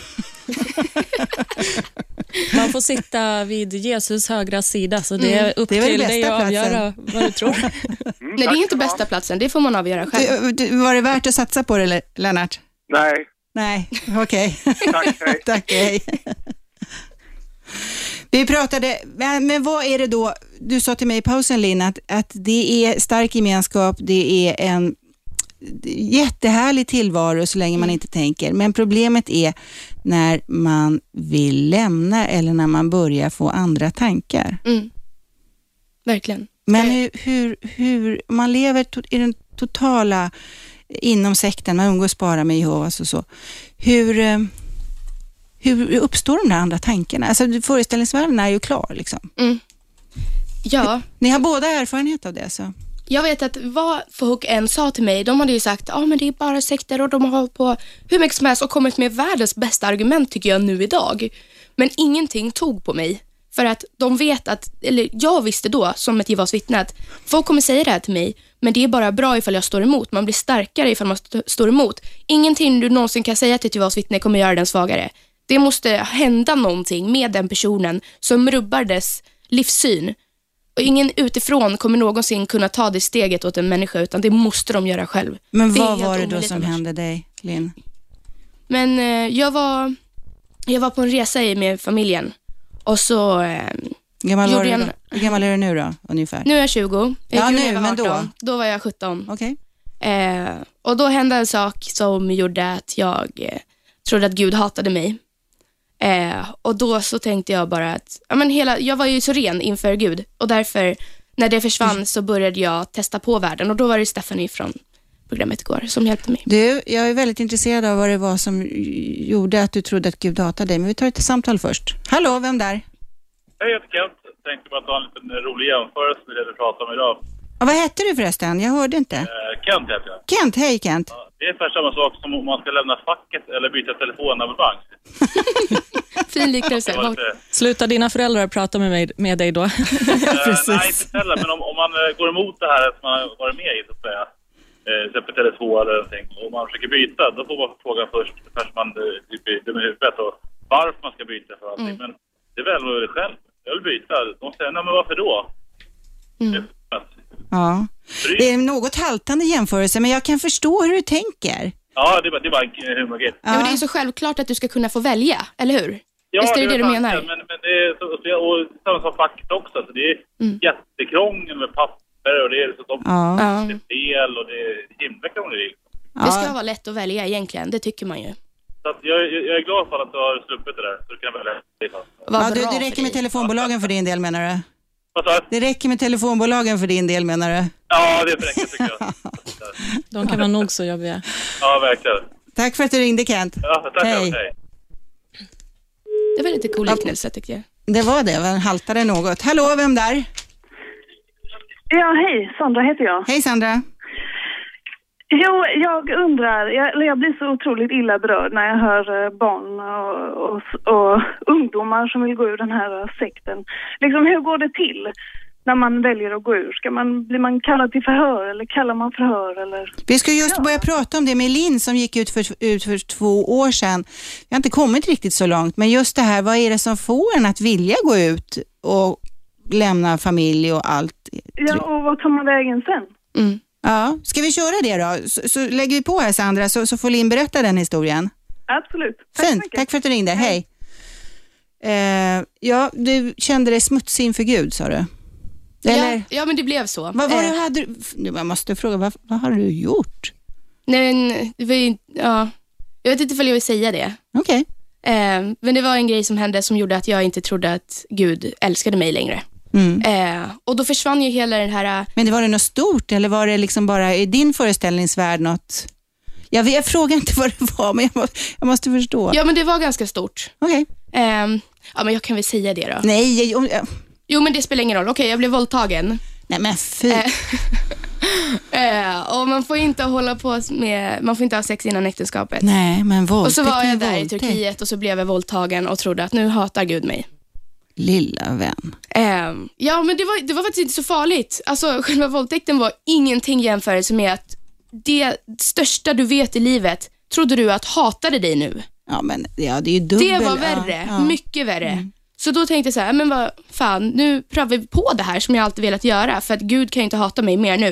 Man får sitta vid Jesus högra sida, så det är upp mm, det är till dig att avgöra vad du tror. Mm. Nej, det är inte bästa platsen. Det får man avgöra själv. Du, du, var det värt att satsa på det, Lennart? Nej. Nej, okej. Okay. Tack, hej. Tack, hej. Vi pratade, men, men vad är det då? Du sa till mig i pausen, Linn, att, att det är stark gemenskap, det är en jättehärlig tillvaro så länge man inte tänker. Men problemet är när man vill lämna eller när man börjar få andra tankar. Mm. Verkligen. Men hur, hur, hur man lever to, i den totala inom sekten, man umgås bara med Jehovas och så. Hur, hur uppstår de där andra tankarna? Alltså föreställningsvärlden är ju klar liksom. Mm. Ja. Ni har båda erfarenhet av det så. Jag vet att vad Fahuk än sa till mig, de hade ju sagt, ja ah, men det är bara sekter och de har hållit på hur mycket som helst och kommit med världens bästa argument tycker jag nu idag. Men ingenting tog på mig. För att de vet att, eller jag visste då som ett Jehovas vittne att folk kommer säga det här till mig, men det är bara bra ifall jag står emot. Man blir starkare ifall man st- står emot. Ingenting du någonsin kan säga till ett Jehovas vittne kommer göra den svagare. Det måste hända någonting med den personen som rubbar dess livssyn. Och ingen utifrån kommer någonsin kunna ta det steget åt en människa, utan det måste de göra själv. Men vad var det då som hände dig, Linn? Men eh, jag var jag var på en resa med familjen. Och så eh, gammal gjorde jag en... Hur gammal är du nu då, ungefär? Nu är jag tjugo. Jag ja, nu, var men då? Då var jag sjutton. Okej. Okay. Eh, och då hände en sak som gjorde att jag eh, trodde att Gud hatade mig. Eh, och då så tänkte jag bara att ja, men hela, jag var ju så ren inför Gud. Och därför, när det försvann mm. så började jag testa på världen. Och då var det Stephanie från programmet igår som hjälpte mig. Du, jag är väldigt intresserad av vad det var som gjorde att du trodde att Gud hatade dig. Men vi tar ett samtal först. Hallå, vem där? Hej, jag heter Kent. Jag tänkte bara ta en liten rolig jämförelse med det du pratar om idag. Ja, vad heter du förresten? Jag hörde inte. Eh, Kent heter jag. Kent, hej Kent. Ja, det är ungefär samma sak som om man ska lämna facket eller byta telefonabonnemang. Fin liknelse. Sluta dina föräldrar prata med, mig, med dig då. eh, nej, inte heller. Men om, om man eh, går emot det här att man har varit med i, så att säga, eh, till exempel telefon eller någonting, och om man försöker byta, då får man fråga först, först man eh, byter med huvudet och varför man ska byta för allting. Mm. Men det är väl vad det själv. Jag vill byta. De säger, nej men varför då? Mm. Ja, det är en något haltande jämförelse, men jag kan förstå hur du tänker. Ja, det var, det var en humorgrej. Ja. Ja, men det är så självklart att du ska kunna få välja, eller hur? Ja, visst är det det, det du menar? Men, men det är så, och samma som facket också. Så det är mm. jättekrångel med papper och det är så de ja. det är fel och det är himla krångligt. Ja. Det ska vara lätt att välja egentligen, det tycker man ju. Så att jag, jag är glad för att du har sluppit det där, så du kan välja. Ja, du, det räcker med telefonbolagen för din del, menar du? Vad det räcker med telefonbolagen för din del, menar du? Ja, det räcker tycker jag. De kan vara nog så jobbiga. Ja, verkligen. Tack för att du ringde, Kent. Ja, tack. Hej. Hej. Det var lite cool liknelse, tycker jag. Det var det, den haltade något. Hallå, vem där? Ja, hej. Sandra heter jag. Hej, Sandra. Jo, jag undrar, jag, jag blir så otroligt illa berörd när jag hör barn och, och, och ungdomar som vill gå ur den här sekten. Liksom, hur går det till när man väljer att gå ur? Ska man, blir man kallad till förhör eller kallar man förhör? Eller? Vi ska just ja. börja prata om det med Linn som gick ut för, ut för två år sedan. Vi har inte kommit riktigt så långt, men just det här, vad är det som får en att vilja gå ut och lämna familj och allt? Ja, och vad tar man vägen sen? Mm. Ja, ska vi köra det då? Så, så lägger vi på här, Sandra, så, så får Linn berätta den historien. Absolut. Tack Fint, tack för att du ringde. Hej. Hej. Eh, ja, du kände dig smutsig inför Gud, sa du? Eller? Ja, ja, men det blev så. Vad var eh. det hade du, nu jag måste fråga, vad, vad har du gjort? Nej, men det var ju, ja, jag vet inte om jag vill säga det. Okej. Okay. Eh, men det var en grej som hände som gjorde att jag inte trodde att Gud älskade mig längre. Mm. Eh, och då försvann ju hela den här... Men det var det något stort eller var det liksom bara i din föreställningsvärld något? Jag, vet, jag frågar inte vad det var, men jag, må, jag måste förstå. Ja, men det var ganska stort. Okej. Okay. Eh, ja, men jag kan väl säga det då. Nej, jag, jag... Jo, men det spelar ingen roll. Okej, okay, jag blev våldtagen. Nej, men fy. Eh, eh, och man får inte hålla på med... Man får inte ha sex innan äktenskapet. Nej, men våldtäkt. Och så var jag där våldtäkt. i Turkiet och så blev jag våldtagen och trodde att nu hatar Gud mig. Lilla vän. Eh, ja, men det var, det var faktiskt inte så farligt. Alltså, själva våldtäkten var ingenting jämförelse med att det största du vet i livet trodde du att hatade dig nu. Ja, men ja, det är ju dubbel. Det var värre, ja, ja. mycket värre. Mm. Så då tänkte jag så här, men vad fan, nu prövar vi på det här som jag alltid velat göra. För att Gud kan ju inte hata mig mer nu.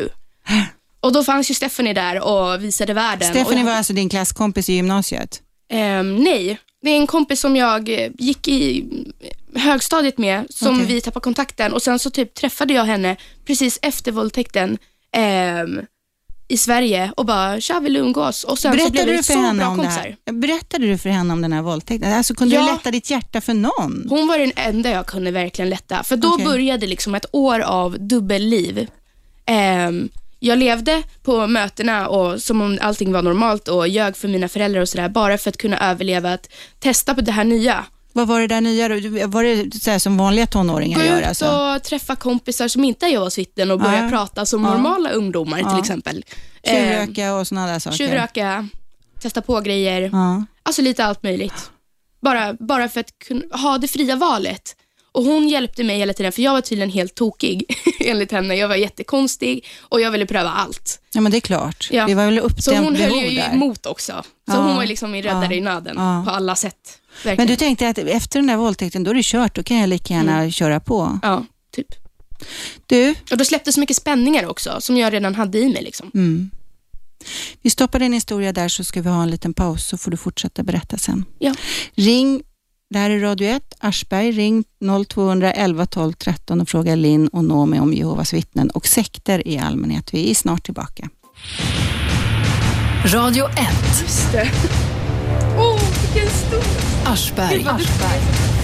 Och då fanns ju Stephanie där och visade världen. Stephanie och var alltså din klasskompis i gymnasiet? Um, nej, det är en kompis som jag gick i högstadiet med, som okay. vi tappade kontakten. Och sen så typ träffade jag henne precis efter våldtäkten um, i Sverige och bara, tja, vill du umgås? Och sen Berättade så blev du vi för så henne bra om kompisar. det här? Berättade du för henne om den här våldtäkten? Alltså kunde ja. du lätta ditt hjärta för någon? Hon var den enda jag kunde verkligen lätta. För då okay. började liksom ett år av dubbelliv. Um, jag levde på mötena och som om allting var normalt och ljög för mina föräldrar och sådär, bara för att kunna överleva, att testa på det här nya. Vad var det där nya? Var det så här som vanliga tonåringar gör? Gå ut alltså? och träffa kompisar som inte är Jehovas vittnen och börja ja. prata som ja. normala ungdomar ja. till exempel. Tjuvröka och sådana där saker. Tjuvröka, testa på grejer. Ja. Alltså lite allt möjligt. Bara, bara för att kunna ha det fria valet. Och hon hjälpte mig hela tiden, för jag var tydligen helt tokig enligt henne. Jag var jättekonstig och jag ville pröva allt. Ja, men det är klart. Ja. Det var väl uppdämt så hon behov höll ju där. emot också. Så ja. hon var liksom min räddare ja. i nöden ja. på alla sätt. Verkligen. Men du tänkte att efter den där våldtäkten, då är det kört. Då kan jag lika gärna mm. köra på. Ja, typ. Du? Och då släppte så mycket spänningar också, som jag redan hade i mig liksom. Mm. Vi stoppar din historia där, så ska vi ha en liten paus, så får du fortsätta berätta sen. Ja. Ring, det här är Radio ett, Aschberg, ring noll två elva tolv tretton och fråga Linn och Noomi om Jehovas vittnen och sekter i allmänhet. Vi är snart tillbaka. Radio ett. Just det. Åh, oh, vilken stor. Aschberg. Aschberg.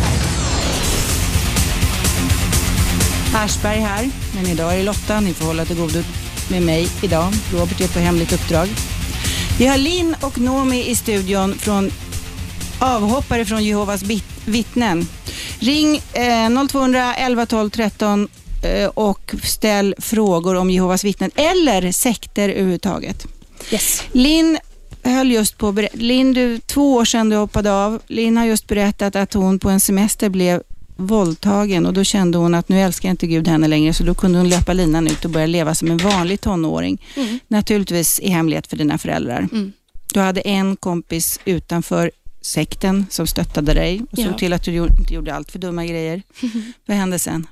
Aschberg här, men idag är det Lotta. Ni får hålla till godo med mig idag. Robert är på hemligt uppdrag. Vi har Linn och Noomi i studion från avhoppare från Jehovas vittnen. Ring eh, noll två elva tolv tretton eh, och ställ frågor om Jehovas vittnen eller sekter överhuvudtaget. Yes. Linn höll just på ber- Linn, du, två år sedan du hoppade av. Linn har just berättat att hon på en semester blev våldtagen och då kände hon att nu älskar inte Gud henne längre, så då kunde hon löpa linan ut och börja leva som en vanlig tonåring. Mm. Naturligtvis i hemlighet för dina föräldrar. Mm. Du hade en kompis utanför sekten som stöttade dig och såg ja. till att du inte gjorde allt för dumma grejer. Mm. Vad hände sen?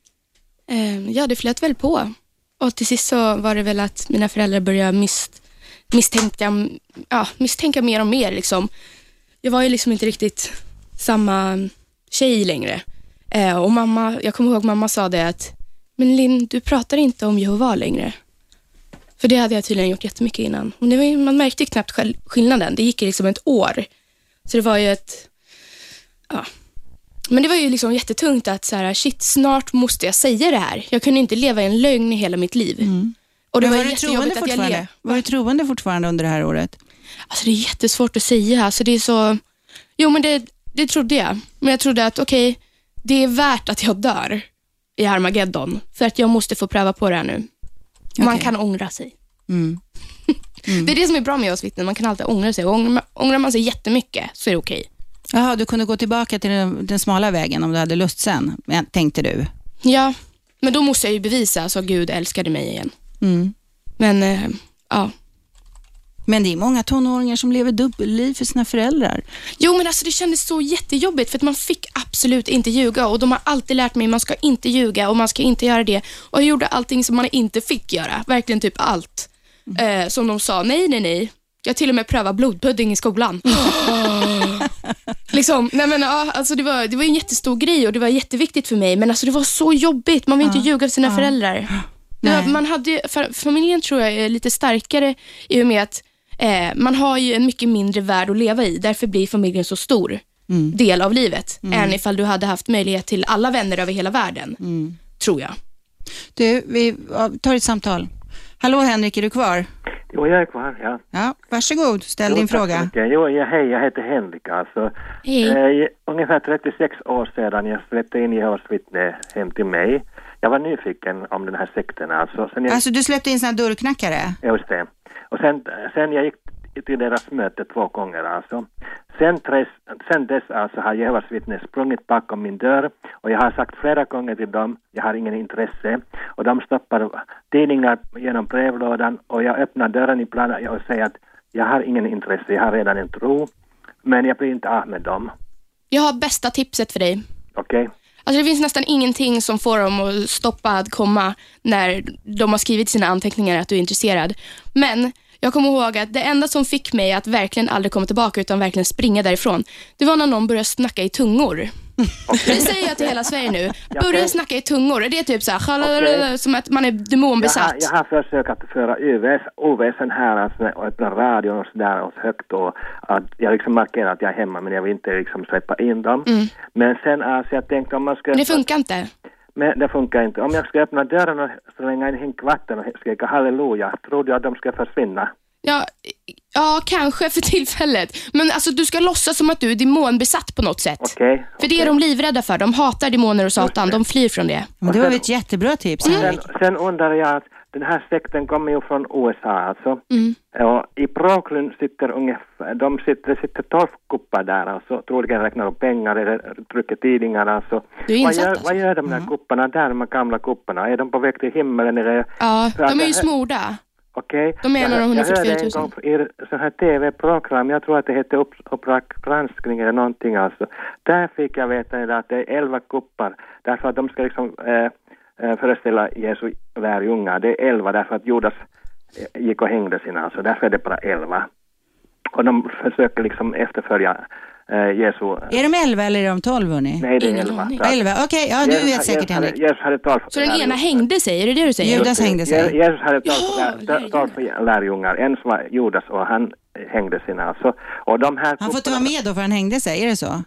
Eh, ja, det flöt väl på. Och till sist så var det väl att mina föräldrar började mis- misstänka, ja, misstänka mer och mer. Liksom. Jag var ju liksom inte riktigt samma tjej längre. Eh, och mamma, jag kommer ihåg mamma sa det att, men Linn, du pratar inte om Jehova längre. För det hade jag tydligen gjort jättemycket innan. Och det var ju, man märkte knappt skillnaden. Det gick liksom ett år. Så det var ju ett... Ja. Men det var ju liksom jättetungt att så här, shit, snart måste jag säga det här. Jag kunde inte leva i en lögn i hela mitt liv. Mm. Och det var, var, var jättejobbigt att jag levde. Var du troende fortfarande under det här året? Alltså det är jättesvårt att säga. Alltså det är så... Jo, men det, det trodde jag. Men jag trodde att okej, okay, det är värt att jag dör i Armageddon. För att jag måste få pröva på det här nu. Okay. Man kan ångra sig. Mm. Mm. Det är det som är bra med Jehovas vittnen. Man kan alltid ångra sig. Och ångrar, ångrar man sig jättemycket så är det okej. Okay. Jaha, du kunde gå tillbaka till den, den smala vägen om du hade lust sen, tänkte du? Ja, men då måste jag ju bevisa så Gud älskade mig igen. Mm. Men, äh, ja. Men det är många tonåringar som lever dubbelliv för sina föräldrar. Jo, men alltså det kändes så jättejobbigt för att man fick absolut inte ljuga. Och de har alltid lärt mig, man ska inte ljuga och man ska inte göra det. Och jag gjorde allting som man inte fick göra. Verkligen typ allt. Mm. Eh, som de sa, nej, nej, nej. Jag till och med prövade blodpudding i skolan. liksom, nej men ja, alltså det var, det var en jättestor grej och det var jätteviktigt för mig. Men alltså det var så jobbigt, man vill inte uh, ljuga för sina uh. föräldrar. Var, man hade, för, familjen tror jag är lite starkare i och med att eh, man har ju en mycket mindre värld att leva i. Därför blir familjen så stor mm. del av livet. Mm. Än ifall du hade haft möjlighet till alla vänner över hela världen. Mm. Tror jag. Du, vi tar ett samtal. Hallå Henrik, är du kvar? Jo, jag är kvar, ja. Ja, varsågod, ställ jo, din fråga. Jo, jag, hej, jag heter Henrik alltså. Hej. Eh, ungefär trettiosex år sedan jag släppte in Jehovas vittne hem till mig. Jag var nyfiken om den här sekten alltså. Sen jag... Alltså du släppte in såna dörrknackare? Just det. Och sen, sen jag gick till deras möte två gånger alltså. Sen, tres, sen dess alltså har Jehovas vittne sprungit bakom min dörr och jag har sagt flera gånger till dem, jag har ingen intresse och de stoppar tidningar genom brevlådan och jag öppnar dörren ibland och säger att jag har ingen intresse, jag har redan en tro men jag blir inte av med dem. Jag har bästa tipset för dig. Okej. Okay. Alltså det finns nästan ingenting som får dem att stoppa att komma när de har skrivit sina anteckningar att du är intresserad. Men jag kommer ihåg att det enda som fick mig att verkligen aldrig komma tillbaka utan verkligen springa därifrån, det var när någon började snacka i tungor. Okay. Det säger jag till hela Sverige nu. Börja okay. snacka i tungor. Det är typ så här, okay. som att man är demonbesatt. Jag har, jag har försökt att föra oväsen här alltså, och öppna radion och sådär och högt och att jag liksom markerar att jag är hemma men jag vill inte liksom släppa in dem. Mm. Men sen alltså jag tänkte om man ska... Det funkar inte. Men det funkar inte. Om jag ska öppna dörren och slänga in en hink vatten och skrika halleluja, tror du att de ska försvinna? Ja, ja, kanske för tillfället. Men alltså du ska låtsas som att du är demonbesatt på något sätt. Okay, för okay. det är de livrädda för. De hatar demoner och satan. De flyr från det. Men det var ett jättebra tips. Mm. Sen, sen undrar jag att den här sekten kommer ju från U S A alltså. Mm. Och i Brooklyn sitter ungefär, de sitter, det sitter tolv kuppar där alltså. Troligen räknar upp pengar eller trycker tidningar alltså. Vad gör, vad gör de där mm. kupparna där, de gamla kupparna? Är de på väg till himmelen? Eller? Ja, de är ju smorda. Okej. Okay. De är några hundrafyrtiofyra tusen. Jag hörde en gång i så här tv-program, jag tror att det heter upp, Uppdrag granskning eller någonting alltså. Där fick jag veta att det är elva kuppar. Därför att de ska liksom eh, föreställa Jesu lärjungar. Det är elva därför att Judas gick och hängde sina alltså. Därför är det bara elva. Och de försöker liksom efterfölja eh, Jesu. Är de elva eller är de tolv hörni? Nej, det är elva. elva, okej. Okay. Ja, du Jesus, vet säkert Henrik. Jesus hade tolv. Så den ena hängde sig, är det det du säger? Judas hängde sig. Jesus hade tolv, tolv lärjungar. En som var Judas och han hängde sina alltså. Och de här han får inte vara med då för han hängde sig, är det så?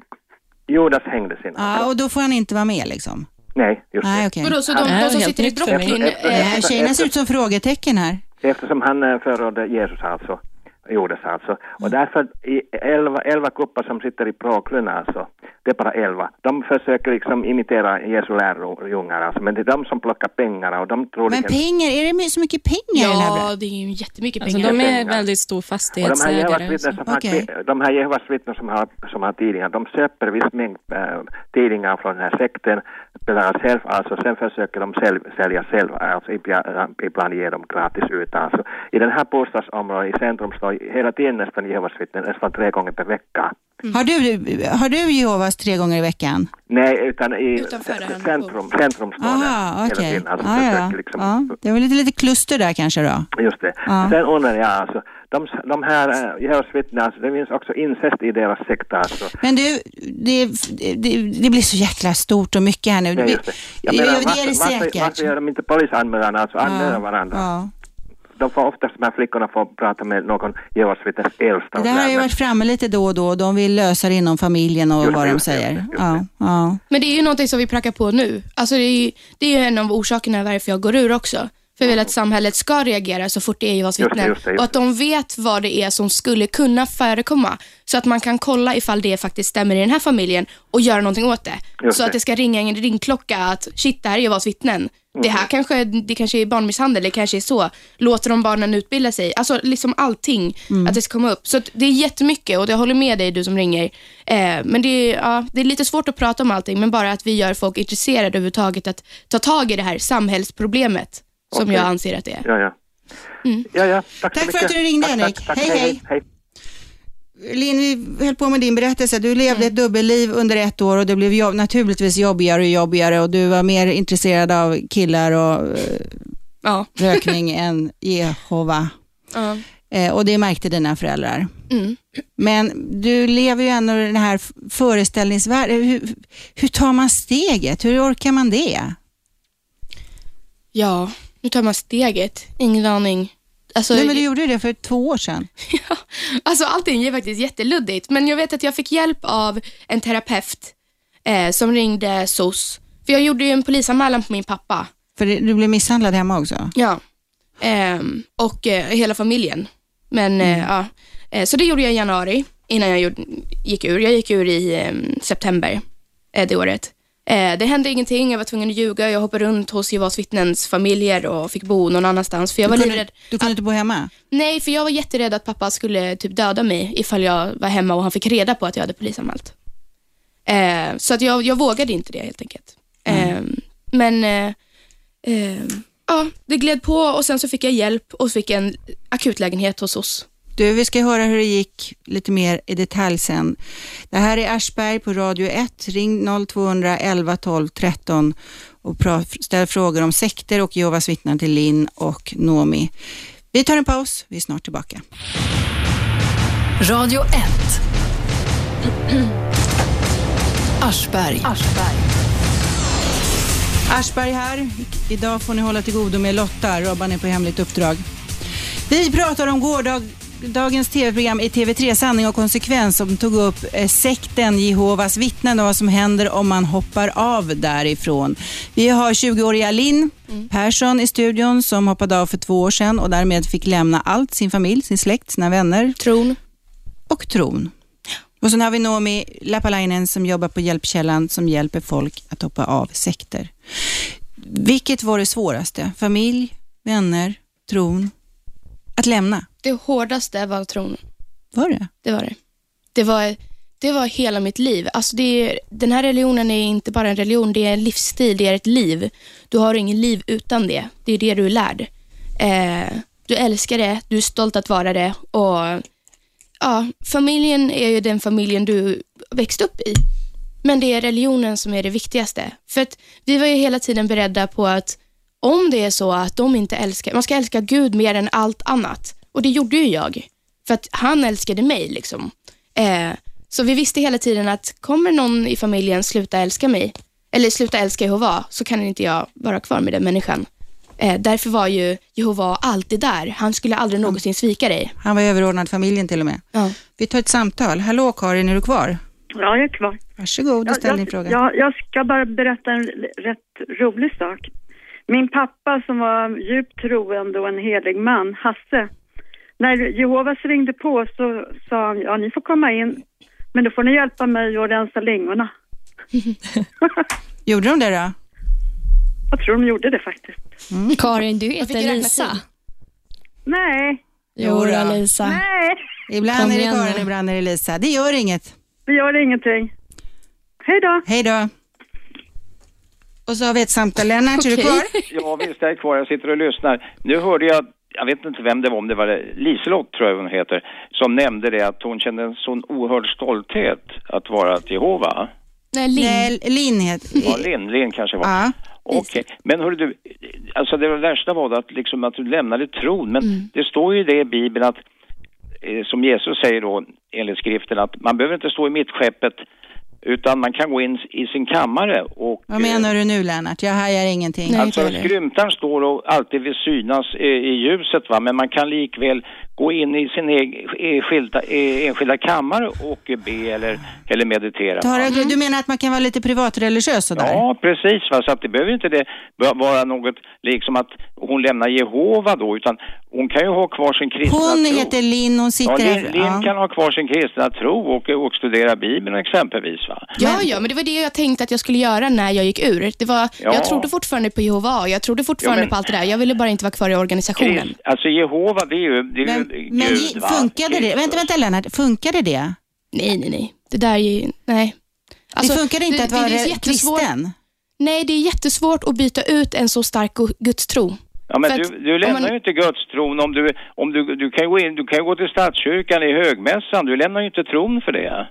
Judas hängde sina. Ja, och då får han inte vara med liksom? Nej, just Nej, okay. det. Vadå, så de, de som sitter i Brooklyn... Äh, tjejerna ser ut som frågetecken här. Eftersom han förrådde Jesus alltså. Gjordes alltså. Och därför i elva, elva kuppar som sitter i Brooklyn alltså, det är bara elva. De försöker liksom imitera Jesu lärjungar alltså, men det är de som plockar pengarna och de tror... Men pengar, är det så mycket pengar? Ja, eller? Det är ju jättemycket pengar. Alltså, de är väldigt stor fastighetsägare. De här Jehovas vittnen som har, som har tidningar, de köper viss mängd äh, tidningar från den här sekten, spelar själv alltså, sen försöker de sälj, sälja själv, alltså ibland ger de gratis ut alltså. I den här bostadsområdet i centrum står hela tiden nästan Jehovas vittnen, nästan tre gånger per vecka. Mm. Har, du, har du Jehovas tre gånger i veckan? Nej, utan i centrum, centrum står ah, det okay. hela tiden. Alltså, ah, ja. liksom, ja. Det var lite, lite kluster där kanske då? Just det. Ah. Sen undrar jag alltså, de, de här uh, Jehovas vittnen, alltså, det finns också incest i deras sekta. Alltså. Men du, det, det, det blir så jäkla stort och mycket här nu. Ja, just det. Jag menar, det varför, är det säkert. Varför, varför gör de inte polisanmälan, alltså anmäla ah. varandra? Ja. De får oftast de här flickorna få prata med någon Jehovas vittnes äldsta. Det här har ju varit framme lite då och då. De vill lösa det inom familjen och just vad det, de just säger. Det, just ja, det. Ja. Men det är ju någonting som vi prackar på nu. Alltså det är ju, det är ju en av orsakerna varför jag går ur också. För jag vill att samhället ska reagera så fort det är Jehovas vittnen. Och att de vet vad det är som skulle kunna förekomma. Så att man kan kolla ifall det faktiskt stämmer i den här familjen och göra någonting åt det. Just så det. Att det ska ringa en ringklocka att shit, det här är Jehovas vittnen. Mm. Det här kanske, det kanske är barnmisshandel, det kanske är så. Låter de barnen utbilda sig? Alltså liksom allting, mm. att det ska komma upp. Så det är jättemycket och jag håller med dig, du som ringer. Eh, men det är, ja, det är lite svårt att prata om allting, men bara att vi gör folk intresserade överhuvudtaget att ta tag i det här samhällsproblemet som okay. jag anser att det är. Ja, ja. Mm. ja, ja. Tack, tack för att du ringde, Henrik. Tack, tack, hej, hej. hej. Linn, vi höll på med din berättelse. Du levde mm. ett dubbelliv under ett år och det blev jobb, naturligtvis jobbigare och jobbigare och du var mer intresserad av killar och uh, ja. rökning än Jehova. Ja. Eh, och det märkte dina föräldrar. Mm. Men du lever ju ändå i den här föreställningsvärlden. Hur, hur tar man steget? Hur orkar man det? Ja, hur tar man steget? Ingen aning. Alltså, Nej, men du gjorde det för två år sedan. Ja, alltså allting är faktiskt jätteluddigt. Men jag vet att jag fick hjälp av en terapeut eh, som ringde S O S. För jag gjorde ju en polisanmälan på min pappa. För du blev misshandlad hemma också? Ja, eh, och eh, hela familjen. Men mm. eh, ja, eh, så det gjorde jag i januari innan jag gjorde, gick ur. Jag gick ur i eh, september eh, det året. Eh, det hände ingenting, jag var tvungen att ljuga. Jag hoppade runt hos Jehovas vittnens familjer och fick bo någon annanstans. För jag du var kunde, livrädd. Du kunde att, inte bo hemma? Nej, för jag var jätterädd att pappa skulle typ döda mig ifall jag var hemma och han fick reda på att jag hade polisanmält. Eh, så att jag, jag vågade inte det helt enkelt. Mm. Eh, men eh, eh, ja, det gled på och sen så fick jag hjälp och fick en akutlägenhet hos oss. Du, vi ska höra hur det gick lite mer i detalj sen. Det här är Aschberg på Radio ett. Ring noll två elva tolv tretton och ställ frågor om sekter och Jehovas vittnen till Linn och Nomi. Vi tar en paus, vi är snart tillbaka. Radio ett. Aschberg. Aschberg. Aschberg här. Idag får ni hålla till godo med Lotta. Robban är på hemligt uppdrag. Vi pratar om gårdag, dagens tv-program i T V tre Sanning och konsekvens som tog upp eh, sekten Jehovas vittnen och vad som händer om man hoppar av därifrån. Vi har tjugoåriga Linn mm. Persson i studion som hoppade av för två år sedan och därmed fick lämna allt, sin familj, sin släkt, sina vänner. Tron. Och tron. Och sen har vi Nomi Lapalainen som jobbar på Hjälpkällan som hjälper folk att hoppa av sekter. Vilket var det svåraste? Familj, vänner, tron? Att lämna? Det hårdaste var tron. Var det? Det var det. Det var, det var hela mitt liv. Alltså det är, den här religionen är inte bara en religion, det är en livsstil, det är ett liv. Du har ingen liv utan det. Det är det du är lärd. Eh, du älskar det, du är stolt att vara det. Och ja, familjen är ju den familjen du växt upp i. Men det är religionen som är det viktigaste. För att vi var ju hela tiden beredda på att om det är så att de inte älskar, man ska älska Gud mer än allt annat. Och det gjorde ju jag. För att han älskade mig liksom. Eh, så vi visste hela tiden att kommer någon i familjen sluta älska mig, eller sluta älska Jehova, så kan inte jag vara kvar med den människan. Eh, därför var ju Jehova alltid där. Han skulle aldrig någonsin svika dig. Han var överordnad familjen till och med. Ja. Vi tar ett samtal. Hallå Karin, är du kvar? Ja, jag är kvar. Varsågod och ställ jag, din fråga. Jag, jag ska bara berätta en rätt rolig sak. Min pappa som var djupt troende och en helig man, Hasse, när Jehovas ringde på så sa han, ja ni får komma in, men då får ni hjälpa mig att rensa längorna. Gjorde de det då? Jag tror de gjorde det faktiskt. Mm. Karin, du heter Lisa. Nej. Jo, då, Lisa. Nej. Ibland Kom är det igen, Karin, då. ibland är det Lisa. Det gör inget. Det gör ingenting. Hej då. Hej då. Och så har vi ett samtal. Lennart, okay. Är du kvar? Ja, visst, jag är kvar. Jag sitter och lyssnar. Nu hörde jag, jag vet inte vem det var, om det var Liselott tror jag hon heter, som nämnde det att hon kände en sån oerhörd stolthet att vara till Jehova. Nej, Linn. Nej, Linn heter. Ja, Linn, Linn kanske var. Ja. Okej, men hörru du, alltså det värsta var att, liksom, att du lämnade tron, men mm. det står ju det i Bibeln att, eh, som Jesus säger då enligt skriften, att man behöver inte stå i mittskeppet utan man kan gå in i sin kammare och... Vad menar du nu, Lennart? Jag hajar ingenting. Nej, alltså skrymtan står och alltid vill synas i, i ljuset, va? Men man kan likväl gå in i sin egen enskilda, enskilda kammare och be eller, eller meditera. Tar, mm. Du menar att man kan vara lite privatreligiös sådär? Ja, precis. Va? Så att det behöver inte det vara något liksom att hon lämnar Jehova då, utan hon kan ju ha kvar sin kristna hon tro. Hon heter Linn, hon sitter ja, här. Linn, Linn ja. kan ha kvar sin kristna tro och, och studera Bibeln exempelvis, va? Ja, ja, men det var det jag tänkte att jag skulle göra när jag gick ur. Det var, ja. Jag trodde fortfarande på Jehova, jag trodde fortfarande ja, men, på allt det där. Jag ville bara inte vara kvar i organisationen. Krist, alltså Jehova, det är ju, det är men, ju men Gud, va? Funkade det? Vänta, vänta Lennart, funkade det? Nej, nej, nej. Det där är ju, nej. Alltså, det funkade inte det, att vara det kristen? Nej, det är jättesvårt att byta ut en så stark gudstro. Ja, men du, du lämnar man... ju inte gudstron om du, om du, du kan gå in, du kan gå till statskyrkan i högmässan, du lämnar ju inte tron för det.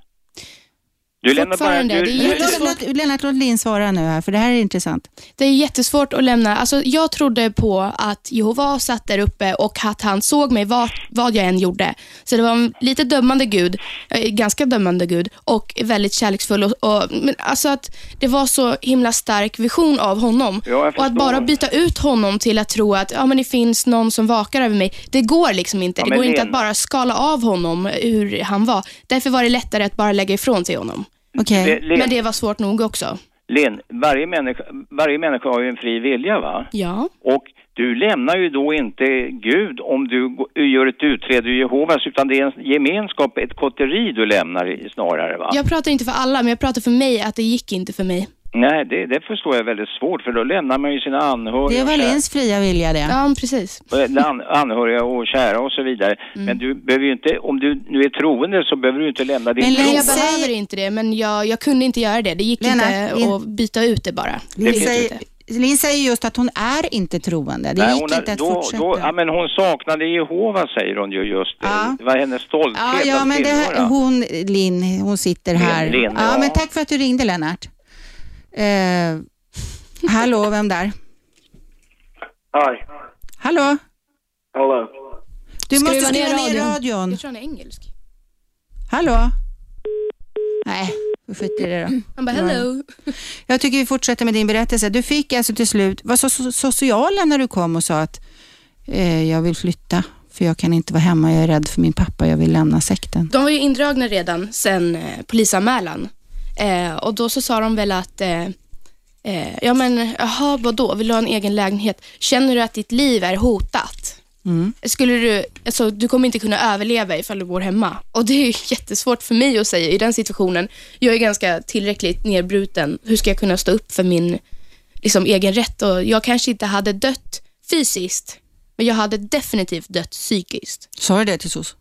Du lämnar bara... Du, det är jättesvårt. Lennart, låt Linn svara nu här, för det här är intressant. Det är jättesvårt att lämna. Alltså, jag trodde på att Jehova satt där uppe och att han såg mig vad, vad jag än gjorde. Så det var en lite dömande Gud, ganska dömande Gud, och väldigt kärleksfull. Och, och, men alltså att det var så himla stark vision av honom. Ja, och att bara byta ut honom till att tro att ja, men det finns någon som vakar över mig. Det går liksom inte. Ja, det går Linn... inte att bara skala av honom hur han var. Därför var det lättare att bara lägga ifrån sig honom. Okay. Men det var svårt nog också. Linn, varje människa, varje människa har ju en fri vilja, va? Ja. Och du lämnar ju då inte Gud om du gör ett utträde ur Jehovas, utan det är en gemenskap, ett kotteri du lämnar i, snarare, va? Jag pratar inte för alla, men jag pratar för mig att det gick inte för mig. Nej, det, det förstår jag väldigt svårt, för då lämnar man ju sina anhöriga. Det var Linns fria vilja det. Ja, precis. An, anhöriga och kära och så vidare. Mm. Men du behöver ju inte, om du nu är troende så behöver du inte lämna din men tro. Nej, jag behöver inte det, men jag, jag kunde inte göra det. Det gick Lennart, inte att byta ut det bara. Linn säger, Linn säger just att hon är inte troende. Det Nej, gick hon inte är, att då, fortsätta. Då, ja, men hon saknade Jehova, säger hon ju just. Ja. Det var hennes stolthet Ja, ja att men det här, tillhöra. hon, Linn, hon sitter här. Linn, Linn, ja, ja. men tack för att du ringde, Lennart. Eh, hallå, vem där? Hej. Hallå? Hallå. Du Skruva måste ner skruva ner radion. radion. Jag tror han är engelsk. Hallå? Nej, vi skiter i det då. Han bara, hello. Jag tycker vi fortsätter med din berättelse. Du fick alltså till slut, var så so- sociala när du kom och sa att eh, jag vill flytta för jag kan inte vara hemma, jag är rädd för min pappa, jag vill lämna sekten. De var ju indragna redan sen eh, polisanmälan. Eh, och då så sa de väl att eh, eh, ja men, jaha, vadå? Vill du ha en egen lägenhet? Känner du att ditt liv är hotat? Mm. Skulle du, alltså, du kommer inte kunna överleva ifall du bor hemma. Och det är ju jättesvårt för mig att säga i den situationen. Jag är ganska tillräckligt nedbruten. Hur ska jag kunna stå upp för min liksom, egen rätt? Och jag kanske inte hade dött fysiskt, men jag hade definitivt dött psykiskt. Sa du det till S O S?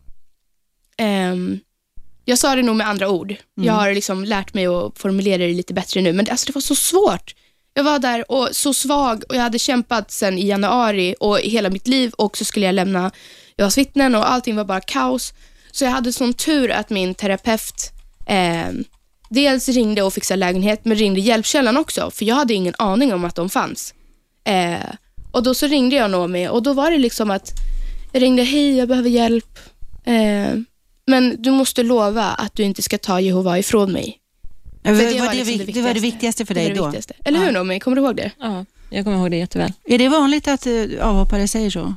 Um, jag sa det nog med andra ord. Mm. Jag har liksom lärt mig att formulera det lite bättre nu. Men det, alltså, det var så svårt. Jag var där och så svag och jag hade kämpat sen i januari och hela mitt liv, och så skulle jag lämna Jehovas vittnen och allting var bara kaos. Så jag hade sån tur att min terapeut eh, dels ringde och fixade lägenhet, men ringde hjälpkällan också, för jag hade ingen aning om att de fanns. Eh, och då så ringde jag Noomi och då var det liksom att jag ringde, hej jag behöver hjälp. Eh, men du måste lova att du inte ska ta Jehova ifrån mig. Ja, För var, det, var var det, liksom det, det, det var det viktigaste för dig det var då? det viktigaste. Eller hur Noomi? Kommer du ihåg det? Ja, jag kommer ihåg det jätteväl. Är det vanligt att uh, avhoppare säger så?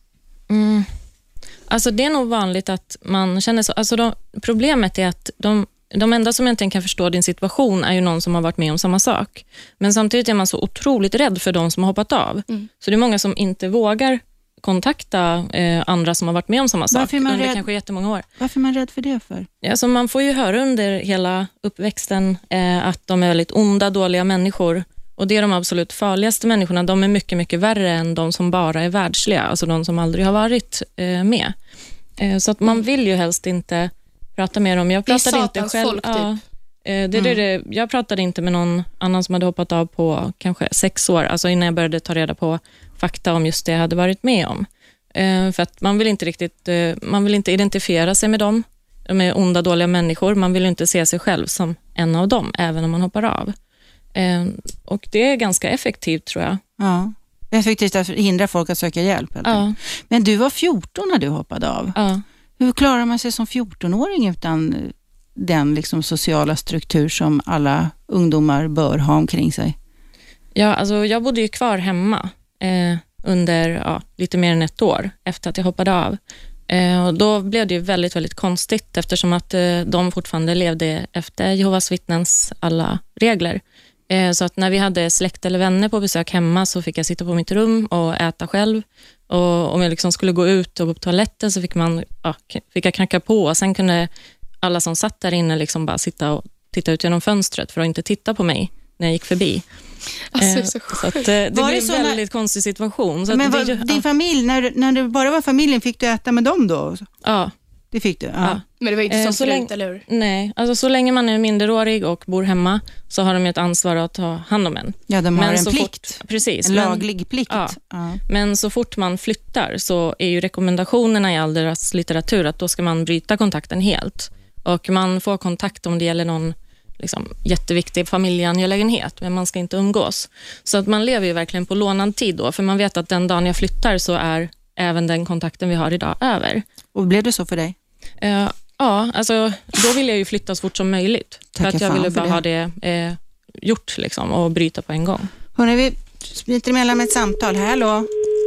Mm. Alltså det är nog vanligt att man känner så. Alltså de, problemet är att de, de enda som egentligen kan förstå din situation är ju någon som har varit med om samma sak. Men samtidigt är man så otroligt rädd för de som har hoppat av. Mm. Så det är många som inte vågar kontakta eh, andra som har varit med om samma sak under rädd? kanske jättemånga år. Varför är man rädd för det för? Alltså man får ju höra under hela uppväxten eh, att de är väldigt onda, dåliga människor. Och det är de absolut farligaste människorna. De är mycket, mycket värre än de som bara är världsliga. Alltså de som aldrig har varit eh, med. Eh, så att man vill ju helst inte prata med dem. Jag pratade inte själv. Folk, typ. Ja, eh, det, det, det, jag pratade inte med någon annan som hade hoppat av på kanske sex år. Alltså innan jag började ta reda på fakta om just det jag hade varit med om. Eh, för att man vill inte riktigt, eh, man vill inte identifiera sig med dem. De är onda, dåliga människor. Man vill inte se sig själv som en av dem, även om man hoppar av. Eh, och det är ganska effektivt, tror jag. Ja, effektivt att hindra folk att söka hjälp. Ja. Men du var fjorton när du hoppade av. Ja. Hur klarar man sig som fjortonåring utan den liksom sociala struktur som alla ungdomar bör ha omkring sig? Ja, alltså jag bodde ju kvar hemma eh, under ja, lite mer än ett år efter att jag hoppade av. Eh, och då blev det ju väldigt, väldigt konstigt eftersom att eh, de fortfarande levde efter Jehovas vittnens alla regler. Eh, så att när vi hade släkt eller vänner på besök hemma så fick jag sitta på mitt rum och äta själv. Och om jag liksom skulle gå ut och gå på toaletten så fick, man, ja, fick jag knacka på. Och sen kunde alla som satt där inne liksom bara sitta och titta ut genom fönstret för att inte titta på mig när jag gick förbi. Alltså, eh, så så att, eh, det Var blev det så en väldigt när... konstig situation. Så Men att var, det, din ja. familj, när, när det bara var familjen, fick du äta med dem då? Ja. Det fick du? Ja. Ja. Men det var inte Eh, som så förut, länge, eller hur? Nej, alltså så länge man är minderårig och bor hemma så har de ett ansvar att ta hand om en. Ja, de har Men en så plikt. Fort, precis. En men, laglig plikt. Ja. Ja. Men så fort man flyttar så är ju rekommendationerna i all deras litteratur att då ska man bryta kontakten helt. Och man får kontakt om det gäller någon liksom, jätteviktig familjeangelägenhet, men man ska inte umgås. Så att man lever ju verkligen på lånad tid då, för man vet att den dagen jag flyttar så är även den kontakten vi har idag över. Och blev det så för dig? Uh, ja, alltså då vill jag ju flytta så fort som möjligt. Tack för att jag fan ville för bara det. ha det eh, gjort liksom, och bryta på en gång. Hörrni, vi smiter emellan med ett samtal. Hallå?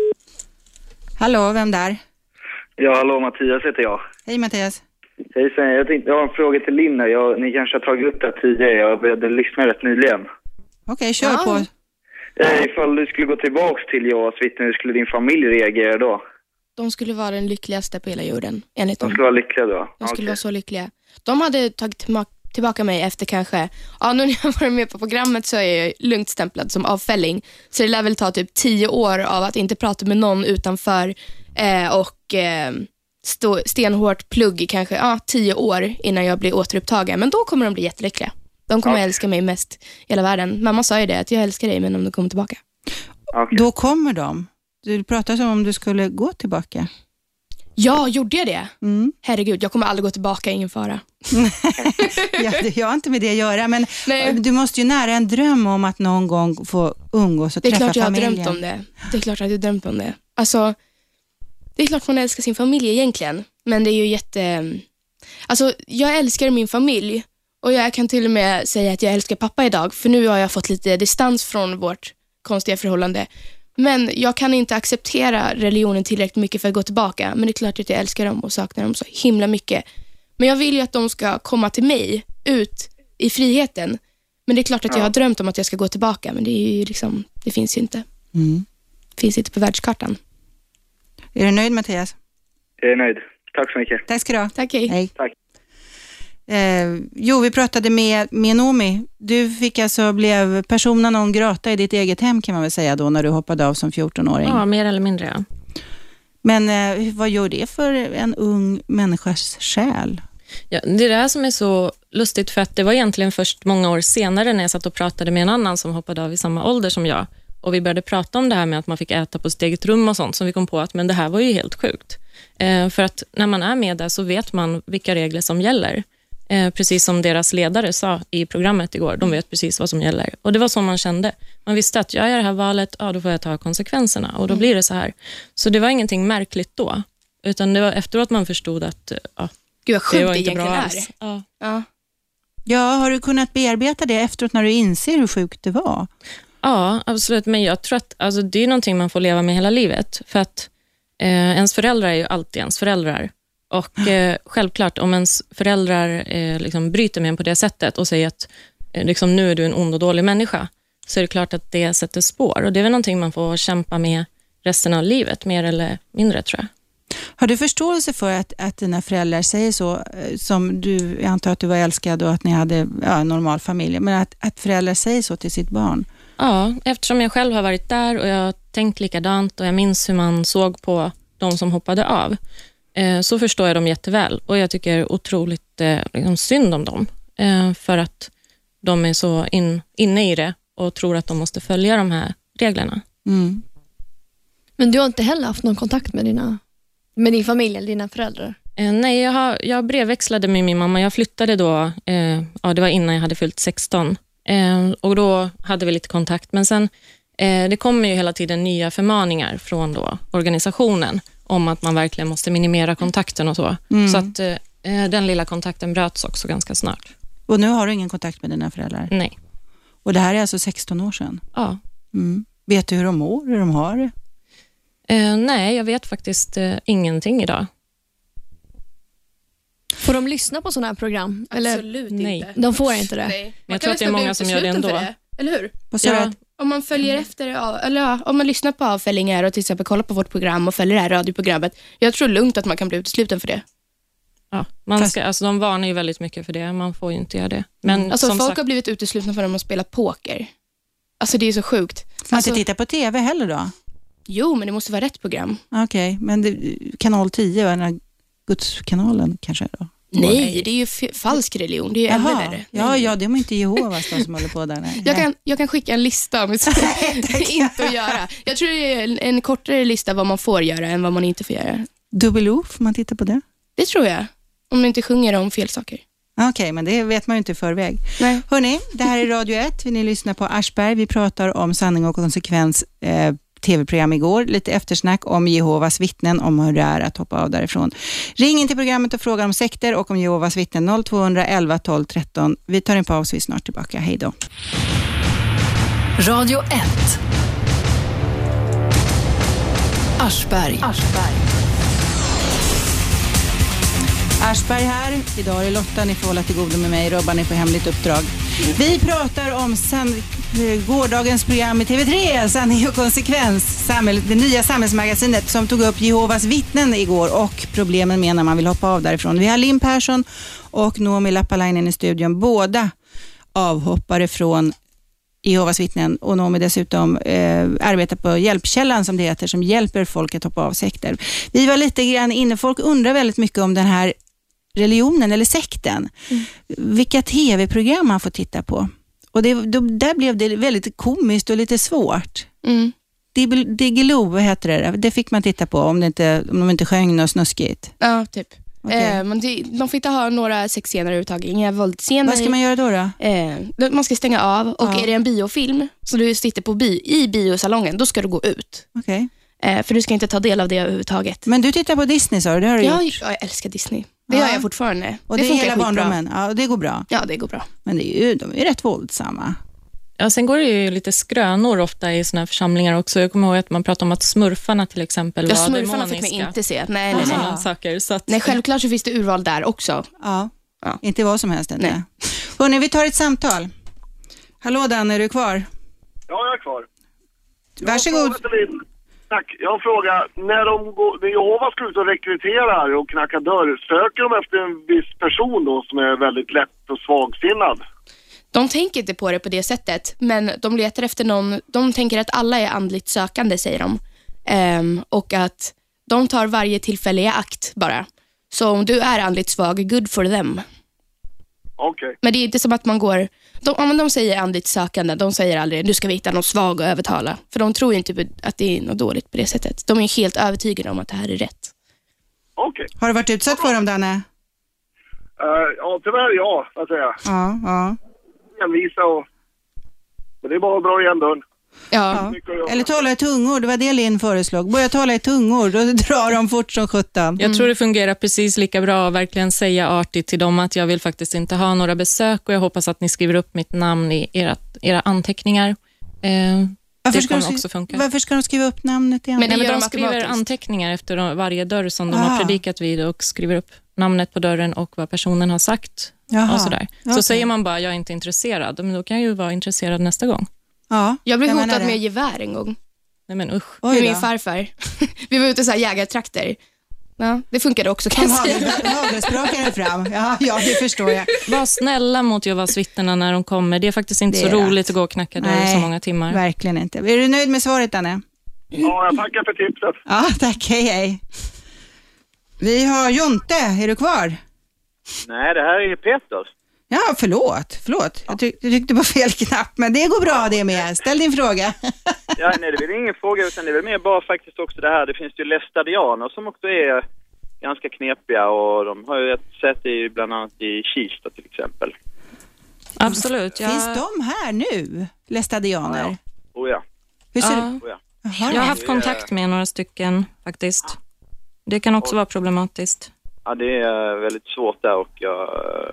Hallå, vem där? Ja, hallå, Mattias heter jag. Hej Mattias. Hejsan, jag, tänkte, jag har en fråga till Linda. Jag, ni kanske har tagit upp det tidigare. Jag började lyssna rätt nyligen. Okej, okay, kör Ja. på. Eh, ifall du skulle gå tillbaks till Jehovas vittnen, hur skulle din familj reagera då? De skulle vara den lyckligaste på hela jorden, enligt De dem. skulle vara lyckliga då? De skulle Okej. vara så lyckliga. De hade tagit tillbaka, tillbaka mig efter kanske, ja nu när jag var med på programmet så är jag lugnt stämplad som avfälling. Så det lär väl ta typ tio år av att inte prata med någon utanför eh, och eh, stå, stenhårt plugg i kanske ja, tio år innan jag blir återupptagen. Men då kommer de bli jättelyckliga. De kommer Ja. älska mig mest i hela världen. Mamma sa ju det, att jag älskar dig men om du kommer tillbaka. Okay. Då kommer de. Du pratar som om du skulle gå tillbaka. Ja, gjorde jag det? Mm. Herregud, jag kommer aldrig gå tillbaka, ingen fara. ja, jag har inte med det att göra, men Nej. du måste ju nära en dröm om att någon gång få umgås och träffa familjen. Det är klart jag familjen. har drömt om det. Det är klart att jag har drömt om det. Alltså, det är klart man älskar sin familj egentligen, men det är ju jätte... Alltså, jag älskar min familj och jag kan till och med säga att jag älskar pappa idag, för nu har jag fått lite distans från vårt konstiga förhållande. Men jag kan inte acceptera religionen tillräckligt mycket för att gå tillbaka. Men det är klart att jag älskar dem och saknar dem så himla mycket. Men jag vill ju att de ska komma till mig ut i friheten. Men det är klart att jag har drömt om att jag ska gå tillbaka. Men det är ju liksom, det finns ju inte. Mm. Det finns inte på världskartan. Är du nöjd, Mattias? Jag är nöjd. Tack så mycket. Tack ska du ha. Tack, hej. hej. Tack. Eh, jo, vi pratade med, med Noomi. Du fick alltså blev persona non grata i ditt eget hem, kan man väl säga då, när du hoppade av som fjorton-åring. Ja, mer eller mindre, ja. Men eh, vad gör det för en ung människas själ? Ja, det är det här som är så lustigt, för att det var egentligen först många år senare när jag satt och pratade med en annan som hoppade av i samma ålder som jag. Och vi började prata om det här med att man fick äta på sitt eget rum och sånt, som vi kom på att men det här var ju helt sjukt. Eh, för att när man är med där så vet man vilka regler som gäller. Eh, precis som deras ledare sa i programmet igår. De vet precis vad som gäller. Och det var så man kände. Man visste att jag gör det här valet, ja, då får jag ta konsekvenserna. Och då mm. blir det så här. Så det var ingenting märkligt då. Utan det var efteråt man förstod att ja, Gud, vad sjukt det var det inte bra är. alls. Ja. Ja. ja, har du kunnat bearbeta det efteråt när du inser hur sjukt det var? Ja, absolut. Men jag tror att alltså, det är någonting man får leva med hela livet. För att eh, ens föräldrar är ju alltid ens föräldrar. Och eh, självklart om ens föräldrar eh, liksom bryter med en på det sättet och säger att eh, liksom, nu är du en ond och dålig människa, så är det klart att det sätter spår. Och det är väl någonting man får kämpa med resten av livet, mer eller mindre, tror jag. Har du förståelse för att, att dina föräldrar säger så, som du, jag antar att du var älskad och att ni hade ja, en normal familj, men att, att föräldrar säger så till sitt barn? Ja, eftersom jag själv har varit där och jag har tänkt likadant och jag minns hur man såg på de som hoppade av, så förstår jag dem jätteväl. Och jag tycker otroligt eh, liksom synd om dem. Eh, för att de är så in, inne i det och tror att de måste följa de här reglerna. Mm. Men du har inte heller haft någon kontakt med, dina, med din familj eller dina föräldrar? Eh, nej, jag, har, jag brevväxlade med min mamma. Jag flyttade då, eh, ja, det var innan jag hade fyllt sexton. Eh, och då hade vi lite kontakt. Men sen, eh, det kommer ju hela tiden nya förmaningar från då organisationen om att man verkligen måste minimera kontakten och så. Mm. Så att eh, den lilla kontakten bröts också ganska snart. Och nu har du ingen kontakt med dina föräldrar? Nej. Och det här är alltså sexton år sedan? Ja. Mm. Vet du hur de mår, hur de har det? Eh, nej, jag vet faktiskt eh, ingenting idag. Får de lyssna på sådana här program? Absolut Eller? inte. De får inte det. Nej. Men jag tror att det är många som gör det ändå. Det, eller hur? Ja. Om man följer efter, eller ja, om man lyssnar på avfällingar och till exempel kollar på vårt program och följer det här radioprogrammet, jag tror lugnt att man kan bli utesluten för det. Ja, man ska, alltså de varnar ju väldigt mycket för det. Man får ju inte göra det. Men alltså som folk sagt, har blivit uteslutna för att de spelar poker. Alltså det är så sjukt. Får man alltså, inte titta på tv heller då? Jo, men det måste vara rätt program. Okej, okay, men det, kanal tio, den här Gudskanalen kanske då? Nej, det är ju f- falsk religion. Det är ju ännu värre. Ja, ja, det är inte Jehovas som håller på där. Nej. Jag, kan, jag kan skicka en lista med inte att göra. Jag tror det är en, en kortare lista vad man får göra än vad man inte får göra. Dubbel O, får man titta på det? Det tror jag. Om man inte sjunger om fel saker. Okej, okay, men det vet man ju inte i förväg. Nej. Hörrni, det här är Radio ett. Ni lyssnar på Aschberg. Vi pratar om sanning och konsekvens eh, tv-program igår. Lite eftersnack om Jehovas vittnen, om hur det är att hoppa av därifrån. Ring in till programmet och fråga om sekter och om Jehovas vittnen noll två elva tolv tretton. Vi tar en paus, vi är snart tillbaka. Hej då. Radio ett. Aschberg. Aschberg. Aschberg här. Idag är det Lotta, ni får hålla till godo med mig. Robban är på hemligt uppdrag. Vi pratar om san- gårdagens program i T V tre, Sanning och konsekvens, samhäll- det nya samhällsmagasinet som tog upp Jehovas vittnen igår och problemen med när man vill hoppa av därifrån. Vi har Linn Persson och Noomi Lappalainen i studion, båda avhoppare från Jehovas vittnen, och Noomi dessutom eh, arbetar på Hjälpkällan som det heter, som hjälper folk att hoppa av sekter. Vi var lite grann inne, folk undrar väldigt mycket om den här religionen eller sekten. Mm. Vilka tv-program man får titta på. Och det, då, där blev det väldigt komiskt och lite svårt. Mm. Diggiloo, vad heter det? Det fick man titta på om, det inte, om de inte sjöng något snuskigt. Ja, typ. Okay. Eh, men det, de får inte ha några sexscener överhuvudtaget, inga våldsscener. Vad ska man göra då då? Eh, man ska stänga av och ja. Är det en biofilm så du sitter på bi, i biosalongen, då ska du gå ut. Okej. Okay. Eh, för du ska inte ta del av det överhuvudtaget. Men du tittar på Disney, så det har du ja, gjort? Ja, jag älskar Disney. Det ja. gör jag fortfarande. Och det, det är hela barndomen? Ja, och det går bra? Ja, det går bra. Men det är ju, de är ju rätt våldsamma. Ja, sen går det ju lite skrönor ofta i såna här församlingar också. Jag kommer ihåg att man pratar om att smurfarna till exempel ja, var smurfarna demoniska. Fick man inte se. Nej, nej, nej. nej. Saker, så att... nej, självklart så finns det urval där också. Ja, ja. Inte vad som helst inte. Hörrni, vi tar ett samtal. Hallå Dan, är du kvar? Ja, jag är kvar. Varsågod. Tack. Jag har en fråga. När de går, när Jehova ska ut och rekryterar och knackar dörr, söker de efter en viss person då som är väldigt lätt och svagsinnad? De tänker inte på det på det sättet, men de letar efter någon. De tänker att alla är andligt sökande, säger de. Um, och att de tar varje tillfälle i akt bara. Så om du är andligt svag, good for them. Okej. Okay. Men det är inte som att man går... De, om de säger andligt sökande, de säger aldrig, du ska hitta någon svag och övertala. För de tror ju inte att det är något dåligt på det sättet. De är helt övertygade om att det här är rätt. Okej. Okay. Har du varit utsatt för dem, Danne? Uh, ja, tyvärr ja, vad säger jag. Ja, ja. Envisa och... Men det är bara att dra igen dörren. Ja. ja. Eller tala i tungor, det var det Linn föreslog. Börja tala i tungor, då drar de fort som sjutton. Mm. Jag tror det fungerar precis lika bra att verkligen säga artigt till dem att jag vill faktiskt inte ha några besök och jag hoppas att ni skriver upp mitt namn i era, era anteckningar. Eh, varför, det ska de, också funka. varför ska de skriva upp namnet igen? Men, Nej, men de skriver anteckningar efter varje dörr som de ah. har predikat vid och skriver upp namnet på dörren och vad personen har sagt. Och sådär. Så okay. säger man bara, jag är inte intresserad, men då kan jag ju vara intresserad nästa gång. Ja, jag blev jag hotad med gevär en gång. Nej men usch. Med min farfar. Vi var ute i så här jägartrakter. Ja, det funkade också kan jag säga. Hagelsprakade fram. Ja, ja, det förstår jag. Var snälla mot Jehovas vittnen när de kommer. Det är faktiskt inte så roligt rätt. Att gå och knacka dörr så många timmar. Verkligen inte. Är du nöjd med svaret, Anne? Ja, jag tackar för tipset. Ja, tack. Hej, hej. Vi har Jonte. Är du kvar? Nej, det här är ju Peter. Ja, förlåt. Förlåt. Jag, tyck- jag tryckte på fel knapp, men det går bra det med. Ställ din fråga. Ja, nej, det är väl ingen fråga, utan det är väl mer bara faktiskt också det här. Det finns ju lästadianer som också är ganska knepiga och de har ju ett sätt i bland annat i Kista till exempel. Absolut. Jag... Finns de här nu, lästadianer? Ja, ja. Oh ja. Hur ser ja. det? Oh ja. Jag har haft kontakt med några stycken faktiskt. Det kan också vara problematiskt. Ja, det är väldigt svårt där och jag...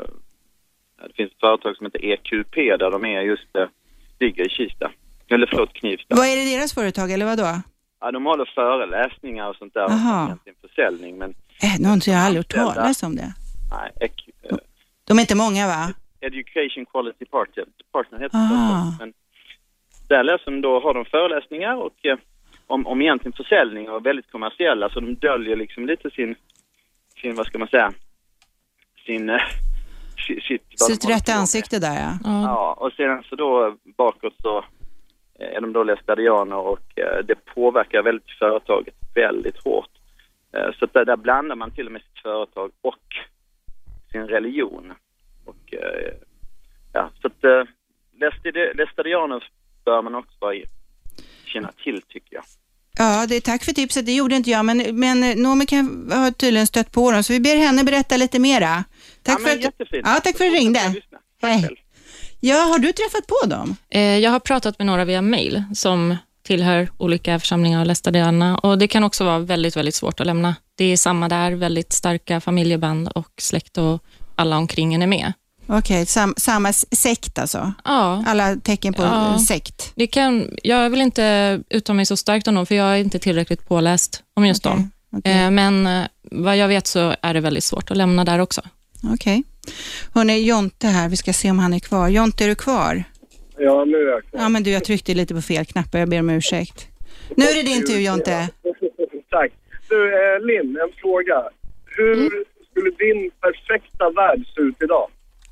Det finns ett företag som heter E Q P där de är just det, ligger i Kista. Eller förlåt, Knivsta. Vad är det deras företag eller vad då? Ja, de håller föreläsningar och sånt där. Aha. Och egentligen försäljning. Men äh, någonting jag har aldrig hört talas om det. Nej, ek, de, de är inte många va? Education Quality Partner, partner heter det. Men där läser de då, har de föreläsningar och eh, om, om egentligen försäljning och väldigt kommersiella. Så de döljer liksom lite sin, sin vad ska man säga, sin... Eh, Sitt, Sitt rätt ansikte där, ja. Mm. Ja, och sedan så då bakåt så är de då lästadianer och eh, det påverkar väldigt företaget väldigt hårt. Eh, så att där, där blandar man till och med sitt företag och sin religion. Och eh, ja, så att eh, lästadianer bör man också bara känna till, tycker jag. Ja, det är tack för tipset. Det gjorde inte jag, men, men Noomi kan ha tydligen stött på dem. Så vi ber henne berätta lite mera. Tack ja, för att, jättefint. ja, tack för att du ringde. Hej. Ja, har du träffat på dem? Eh, jag har pratat med några via mail som tillhör olika församlingar och lästadianerna. Och det kan också vara väldigt, väldigt svårt att lämna. Det är samma där, väldigt starka familjeband och släkt och alla omkring en är med. Okej, okay, sam, samma sekt alltså? Ja. Alla tecken på ja. sekt? Det kan, jag vill inte uttala mig så starkt om dem för jag är inte tillräckligt påläst om just okay. dem. Okay. Eh, men eh, vad jag vet så är det väldigt svårt att lämna där också. Okej. Okay. Hörrni, Jonte här, vi ska se om han är kvar. Jonte, är du kvar? Ja, nu är jag kvar. Ja, men du, jag tryckte lite på fel knappar, jag ber om ursäkt. Nu är det din tur, Jonte. Tack. Du, eh, Linn, en fråga. Hur mm. skulle din perfekta värld se ut idag?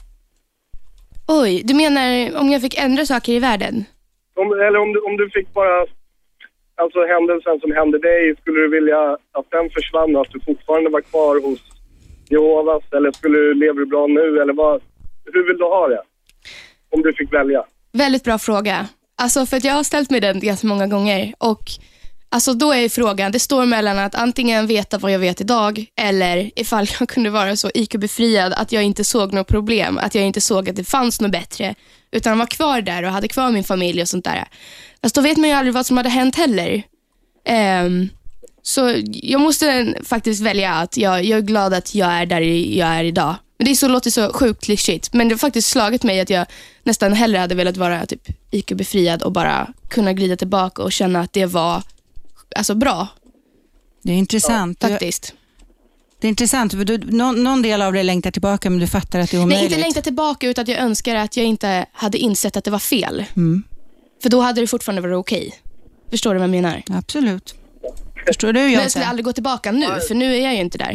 Oj, du menar om jag fick ändra saker i världen? Om, eller om du, om du fick bara... Alltså händelsen som hände dig, skulle du vilja att den försvann och att du fortfarande var kvar hos Jehovas? Eller skulle du leva bra nu? Eller vad, hur vill du ha det? Om du fick välja. Väldigt bra fråga. Alltså för att jag har ställt mig den ganska många gånger. Och alltså då är frågan, det står mellan att antingen veta vad jag vet idag, eller ifall jag kunde vara så I Q-befriad att jag inte såg något problem, att jag inte såg att det fanns något bättre, utan var kvar där och hade kvar min familj och sånt där. Fast då vet man ju aldrig vad som hade hänt heller. Um, så jag måste faktiskt välja att jag, jag är glad att jag är där jag är idag. Men det är så, låter så sjukt klyschigt. Men det har faktiskt slagit mig att jag nästan hellre hade velat vara typ I Q-befriad och bara kunna glida tillbaka och känna att det var alltså bra. Det är intressant. Ja, faktiskt. Det är intressant, för du, någon, någon del av dig längtar tillbaka, men du fattar att det är omöjligt. Nej, inte längta tillbaka, utan att jag önskar att jag inte hade insett att det var fel. Mm. För då hade det fortfarande varit okej. Förstår du vad jag menar? Absolut. Förstår du, Men jag jag skulle aldrig gå tillbaka nu, för nu är jag ju inte där.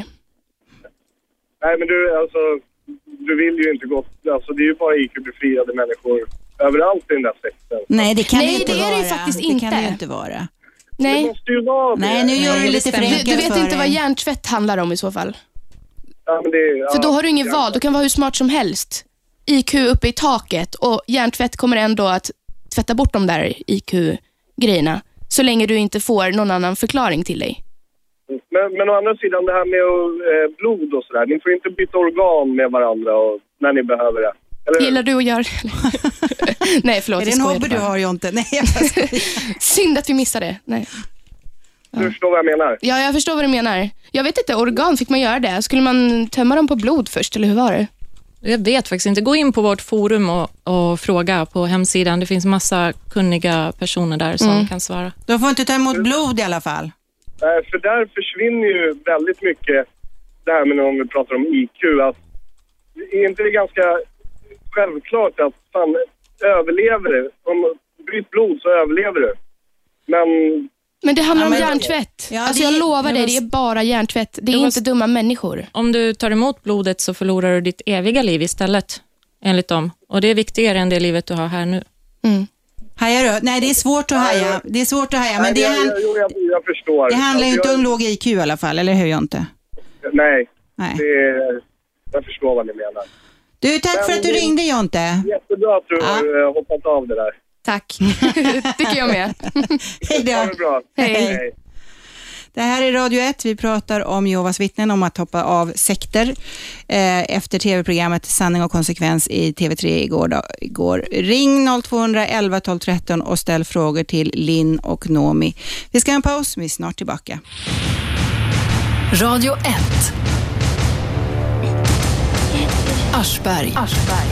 Nej, men du, alltså, du vill ju inte gå... Alltså, det är ju bara I Q-befriade människor överallt i den där sekten. Nej, det kan Nej, det inte det vara. är det ju faktiskt det inte. kan det ju inte vara. Nej. Det måste ju vara det. Nej, nu gör du lite för Du, enkelt du vet för inte dig. vad hjärntvätt handlar om i så fall. Ja, men det, ja, För då har du ingen val, du kan vara hur smart som helst. I Q uppe i taket, och hjärntvätt kommer ändå att tvätta bort de där I Q-grejerna. Så länge du inte får någon annan förklaring till dig. Men, men å andra sidan, det här med eh, blod och sådär. Ni får inte byta organ med varandra och, när ni behöver det. Eller? Gillar du att göra det? Nej, förlåt. Är det en hobby du har, Jonte? Nej, jag Synd att vi missade det. Nej. Ja. Du förstår vad jag menar? Ja, jag förstår vad du menar. Jag vet inte, organ, fick man göra det? Skulle man tömma dem på blod först, eller hur var det? Jag vet faktiskt inte. Gå in på vårt forum och, och fråga på hemsidan. Det finns massa kunniga personer där som Mm. kan svara. De får inte ta emot blod i alla fall. Nej, för där försvinner ju väldigt mycket det här med om vi pratar om I Q. Att, är inte det ganska självklart att fan, överlever du? Om du bryter blod så överlever du. Men... Men det handlar Ja, om men- hjärntvätt. Ja, alltså det- jag lovar det dig, var- det är bara hjärntvätt. Det är Det var- inte dumma människor. Om du tar emot blodet så förlorar du ditt eviga liv istället, enligt dem. Och det är viktigare än det livet du har här nu. Mm. Hajar du? Nej, det är svårt att haja. Det är svårt att haja, men Nej, det, jag, han, jag, jag, jag, jag förstår. det handlar ju Alltså, inte jag, om låg I Q i alla fall, eller hur, Jonte? Nej, Nej. det är, jag förstår vad ni menar. Du, tack Men- för att du ringde, Jonte. Jättebra att du har eh, hoppat av det där. Tack. Tycker jag med. Hej då. Ha det bra. Hej. Det här är Radio ett. Vi pratar om Jehovas vittnen, om att hoppa av sekter eh, efter tv-programmet Sanning och konsekvens i T V tre igår. Då, igår. Ring noll två elva tolv tretton och ställ frågor till Linn och Nomi. Vi ska ha en paus, vi är snart tillbaka. Radio ett. Aschberg. Aschberg.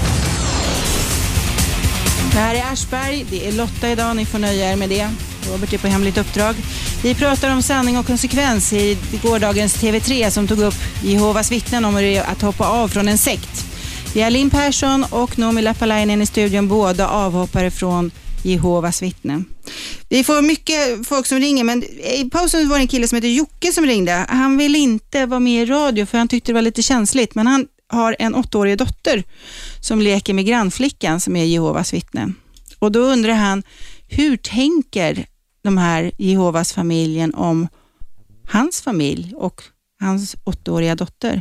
Det här är Aschberg, det är Lotta idag, ni får nöja er med det. Robert är på hemligt uppdrag. Vi pratar om sanning och konsekvens i gårdagens T V tre som tog upp Jehovas vittnen om hur det är att hoppa av från en sekt. Vi har Linn Persson och Nomi Lappalainen i studion, båda avhoppare från Jehovas vittnen. Vi får mycket folk som ringer, men i pausen var det en kille som heter Jocke som ringde. Han ville inte vara med i radio för han tyckte det var lite känsligt, men han har en åttaårig dotter som leker med grannflickan som är Jehovas vittnen. Och då undrar han, hur tänker de här Jehovas familjen om hans familj och hans åttaåriga dotter?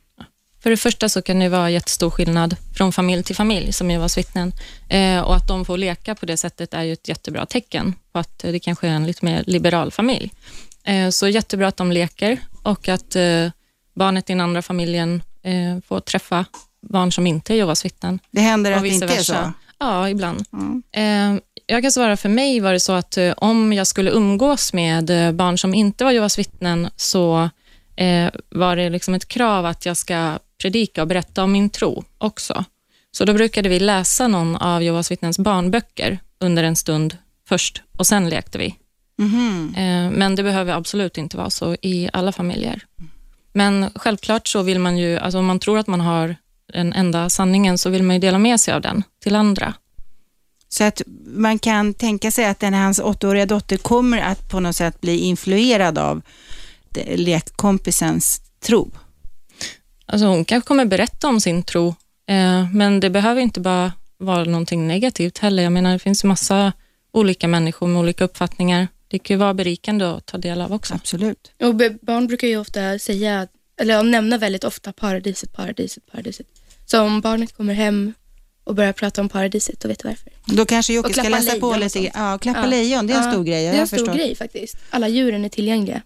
För det första så kan det vara jättestor skillnad från familj till familj som Jehovas vittnen. Eh, och att de får leka på det sättet är ju ett jättebra tecken på att det kanske är en lite mer liberal familj. Eh, så jättebra att de leker och att eh, barnet i den andra familjen eh, får träffa barn som inte är Jehovas vittnen. Det händer Och att det vice inte är versa. så? Ja, ibland. Mm. Eh, jag kan svara, för mig var det så att eh, om jag skulle umgås med eh, barn som inte var Jehovas vittnen så eh, var det liksom ett krav att jag ska predika och berätta om min tro också. Så då brukade vi läsa någon av Jehovas vittnens barnböcker under en stund först och sen lekte vi. Mm-hmm. Eh, men det behöver absolut inte vara så i alla familjer. Men självklart så vill man ju, alltså om man tror att man har den enda sanningen så vill man ju dela med sig av den till andra. Så att man kan tänka sig att den hans åttaåriga dotter kommer att på något sätt bli influerad av det- lekkompisens tro. Alltså hon kanske kommer berätta om sin tro, eh, men det behöver inte bara vara någonting negativt heller. Jag menar, det finns ju massa olika människor med olika uppfattningar. Det kan ju vara berikande att ta del av också. Absolut. Och be- barn brukar ju ofta säga, eller nämna väldigt ofta paradiset, paradiset, paradiset. Så om barnet kommer hem och börjar prata om paradiset och vet varför. Då kanske Jocke Och ska klappa läsa på lejon och lite. sånt. Ja, klappa Ja. lejon, det är en Ja, stor grej. Det är en jag stor förstår. grej faktiskt. Alla djuren är tillgängliga.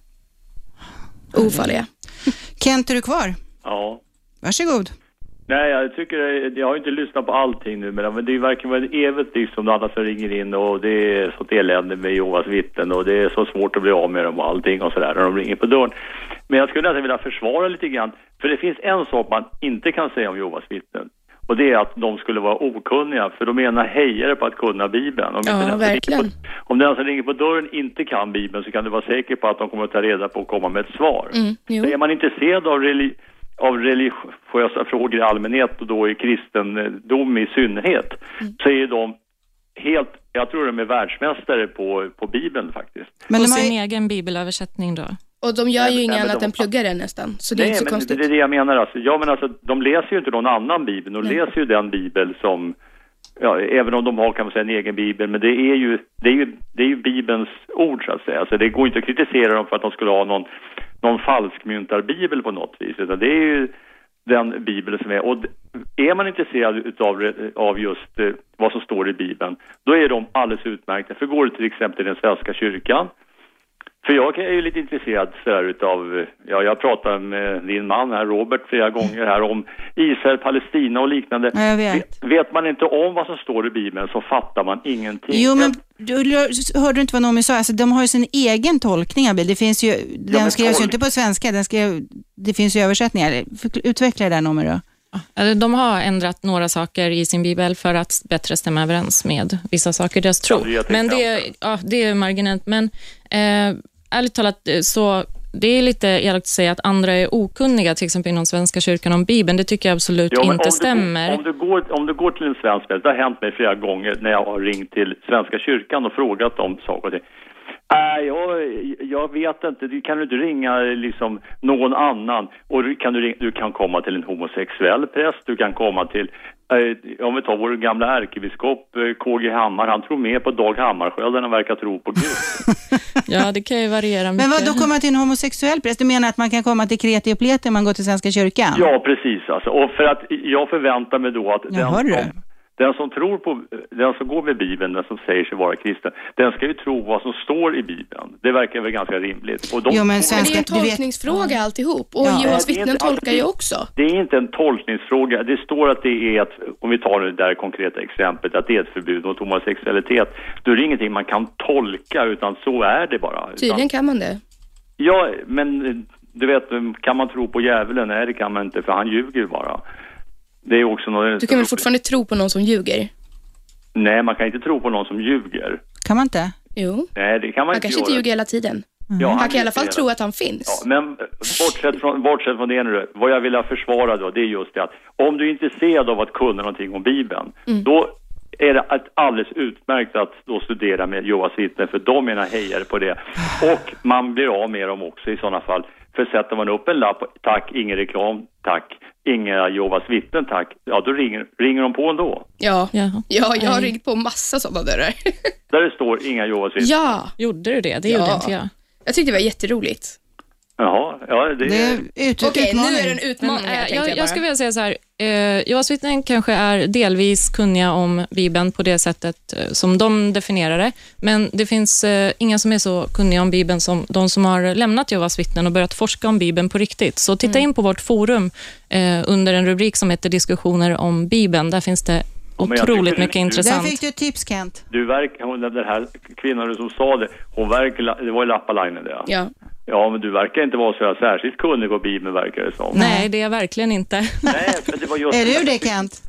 Ofarliga. Kent, är du kvar? Ja. Varsågod. Nej, jag tycker, jag har inte lyssnat på allting nu, men det är verkligen ett evigt liksom alla som ringer in och det är sånt elände med Jehovas vittnen och det är så svårt att bli av med dem och allting och sådär när de ringer på dörren. Men jag skulle nästan vilja försvara lite grann, för det finns en sak man inte kan säga om Jehovas vittnen. Och det är att de skulle vara okunniga, för de ena hejare på att kunna Bibeln. Om, Ja, inte den verkligen. på, om den som ringer på dörren inte kan Bibeln så kan du vara säker på att de kommer att ta reda på och komma med ett svar. Mm, jo. Så är man intresserad av, religi- av religiösa frågor i allmänhet och då i kristendom i synnerhet Mm. så är de helt, jag tror de är världsmästare på, på Bibeln faktiskt. Men på sin egen bibelöversättning då? Och de gör ju Nej, inget men annat de- än pluggar den nästan. Så det är Nej, inte så men konstigt. det är det jag menar. Alltså. Ja, men alltså, de läser ju inte någon annan bibel. De Nej. läser ju den bibel som, ja, även om de har kan man säga en egen bibel, men det är ju, det är ju, det är ju bibelns ord så att säga. Alltså, det går inte att kritisera dem för att de skulle ha någon, någon falskmyntarbibel på något vis. Utan det är ju den bibeln som är, och är man intresserad utav, av just eh, vad som står i bibeln, då är de alldeles utmärkta. För går det till exempel i den svenska kyrkan, för jag är ju lite intresserad så här utav, ja, jag pratar med din man här, Robert, flera gånger här om Israel, Palestina och liknande. Ja, jag vet. Vet, vet man inte om vad som står i Bibeln så fattar man ingenting. Jo, men du, hörde du inte vad Noomi sa? Alltså, de har ju sin egen tolkning av Bibeln. Det finns ju, den men skrevs ju tolk- inte på svenska, den skrev, det finns ju översättningar. Förkl- Utveckla det där, Noomi då. Eller de har ändrat några saker i sin bibel för att bättre stämma överens med vissa saker i deras tro. Ja, det är ett Men det, exempel. ja, det är marginellt. Men eh, ärligt talat eh, så det är lite elakt att säga att andra är okunniga, till exempel inom Svenska kyrkan om Bibeln. Det tycker jag absolut Ja, men inte om stämmer. Du, om, du går, om du går till en svensk, det har hänt mig flera gånger när jag har ringt till Svenska kyrkan och frågat om saker och ting. Nej, jag, jag vet inte. Du kan du inte ringa liksom någon annan. Och du kan, du, ringa, du kan komma till en homosexuell präst. Du kan komma till, eh, om vi tar vår gamla ärkebiskop eh, K G Hammar. Han tror mer på Dag Hammarskjöld än han verkar tro på Gud. Ja, det kan ju variera mycket. Men vad, då kommer till en homosexuell präst? Du menar att man kan komma till kreti och pleti om man går till Svenska kyrkan? Ja, precis. Alltså. Och för att jag förväntar mig då att Ja, hör den, du? som, den som tror på, den som går med Bibeln, den som säger sig vara kristen, den ska ju tro vad som står i Bibeln. Det verkar väl ganska rimligt. Och de Jo, men Men svenska, det är en du vet, tolkningsfråga alltihop. Och Ja. Jehovas Det är vittnen inte- tolkar alltså, ju det- också. Det är inte en tolkningsfråga. Det står att det är ett, om vi tar det där konkreta exemplet, att det är ett förbud mot homosexualitet. Då är det ingenting man kan tolka, utan så är det bara. Tydligen Utan, kan man det. ja, men du vet, kan man tro på djävulen? Nej, det kan man inte, för han ljuger ju bara. Det är också något... Du kan väl fortfarande tro på någon som ljuger? Nej, man kan inte tro på någon som ljuger. kan man inte? Jo. Nej, det kan man Han inte kanske göra. inte ljuger hela tiden. Ja, Han kan i alla fall ljuger tro att han finns. Ja, men bortsett från, bortsett från det nu, vad jag vill försvara då, det är just det att om du är intresserad av att kunna någonting om Bibeln, Mm. då är det ett alldeles utmärkt att då studera med Jehovas vittnen, för de är en hejare på det. Och man blir av med dem också i sådana fall. För sätter man upp en lapp, tack, ingen reklam, tack, inga Jehovas vittnen, tack, ja då ringer, ringer de på ändå. Ja, Ja. ja jag har ringt på massa sådana dörrar. Där det står inga Jehovas vittnen. Ja, Gjorde du det? Det Ja. gjorde inte jag. jag tyckte det var jätteroligt. Jaha, ja det, Det är ut, Okej, utmaning. nu är det en utmaning Men, här, eh, tänkte jag, jag, jag skulle bara. vilja säga så här, eh, Jehovas vittnen kanske är delvis kunniga om Bibeln på det sättet eh, som de definierar det, men det finns eh, inga som är så kunniga om Bibeln som de som har lämnat Jehovas vittnen och börjat forska om Bibeln på riktigt. Så titta Mm. in på vårt forum eh, under en rubrik som heter diskussioner om Bibeln. Där finns det men jag otroligt tycker mycket du- Där intressant. fick du ett tips, Kent. Du verkar, hon, den här kvinnan som sa det, hon verkar, det var i Lappalainen det. Ja. Ja, men du verkar inte vara så här särskilt kunnig på Bibeln, verkar det som. Nej, det är jag verkligen inte. Nej, men det var just... Är du det, Kent?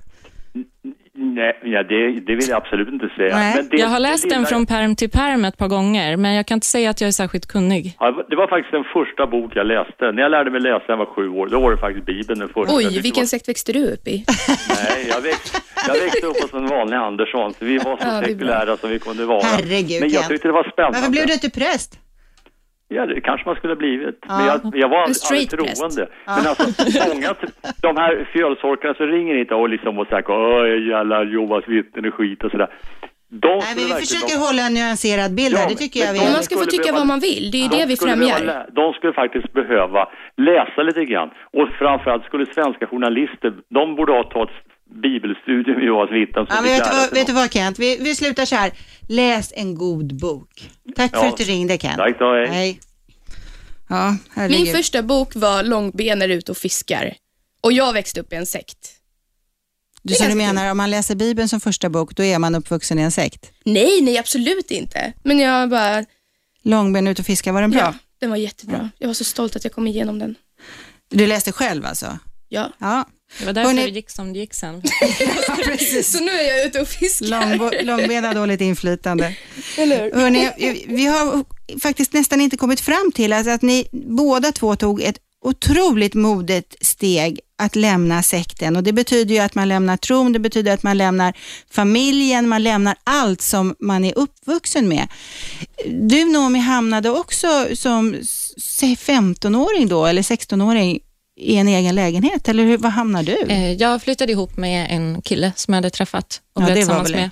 Nej, ja, det, det vill jag absolut inte säga. Nej. Men det, Jag har läst det den lilla- från perm till perm ett par gånger, men jag kan inte säga att jag är särskilt kunnig. Ja, det var faktiskt den första bok jag läste. När jag lärde mig läsa när jag var sju år, då var det faktiskt Bibeln den första. Jag Oj, tyckte vilken det sekt växte du upp i? var... Nej, jag växte, jag växte upp hos en vanlig Andersson, så vi var så Ja, det är bra. sekulära som vi kunde vara. Herregud, Men jag Kent. tyckte det var spännande. Varför blev du inte präst? Ja, det kanske man skulle ha blivit. Ja. Men jag, jag var En aldrig straight troende. präst. Men alltså, många, de här fjölsorkarna så ringer inte och liksom och säger åh, jävla Jehovas vittnen och skit och sådär. De Nej, skulle men vi verkligen- försöker hålla en nyanserad bild här, Ja, det tycker men jag vi de- Men gör. man ska få skulle tycka behöva- vad man vill. Det är ju det De vi skulle främjar. behöva lä- De skulle faktiskt behöva läsa lite grann. Och framförallt skulle svenska journalister, de borde ha tagit bibelstudium i oss vittna. Ja, vet, du vad, vet du vad Kent? Vi, vi slutar så här. Läs en god bok. Tack ja. för att du ringde Kent. Tack då, hej. hej. Ja, Min första bok var Långben är ute och fiskar. Och jag växte upp i en sekt. Du, så du menar om man läser Bibeln som första bok, då är man uppvuxen i en sekt? Nej, nej, absolut inte. Men jag bara... Långben ut och fiska, var den bra? Ja, den var jättebra. Ja. Jag var så stolt att jag kom igenom den. Du läste själv alltså? Ja. Ja. Det var därför ni... det gick som det gick sen. Ja, precis. Så nu är jag ute och fiskar. Långbo... Långben har dåligt inflytande. Eller? Hörrni, vi har faktiskt nästan inte kommit fram till alltså att ni båda två tog ett otroligt modigt steg att lämna sekten. Och det betyder ju att man lämnar tron, det betyder att man lämnar familjen, man lämnar allt som man är uppvuxen med. Du, Noomi, hamnade också som femtonåring då, eller sextonåring i en egen lägenhet, eller hur, vad hamnar du? Jag flyttade ihop med en kille som jag hade träffat och ja, blev det tillsammans var med.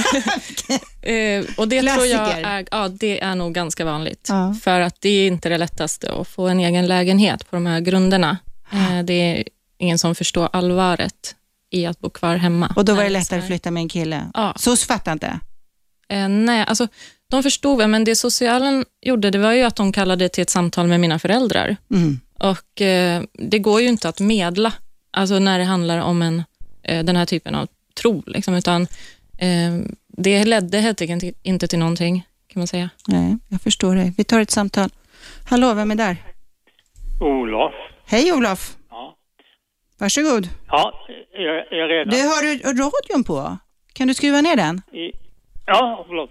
och det Klassiker. tror jag är, ja, det är nog ganska vanligt. Ja. För att det är inte det lättaste att få en egen lägenhet på de här grunderna. Ja. Det är ingen som förstår allvaret i att bo kvar hemma. Och då var det lättare att flytta med en kille? Ja. Så fattar inte? Eh, nej, alltså de förstod väl, men det socialen gjorde, det var ju att de kallade till ett samtal med mina föräldrar. Mm. Och eh, det går ju inte att medla, alltså när det handlar om en, eh, den här typen av tro, liksom, utan eh, det ledde helt enkelt inte till någonting, kan man säga. Nej, jag förstår dig. Vi tar ett samtal. Hallå, vem är där? Olof. Hej Olof. Ja. Varsågod. Ja, jag är redan. Du, har du radion på? Kan du skruva ner den? I... Ja, förlåt.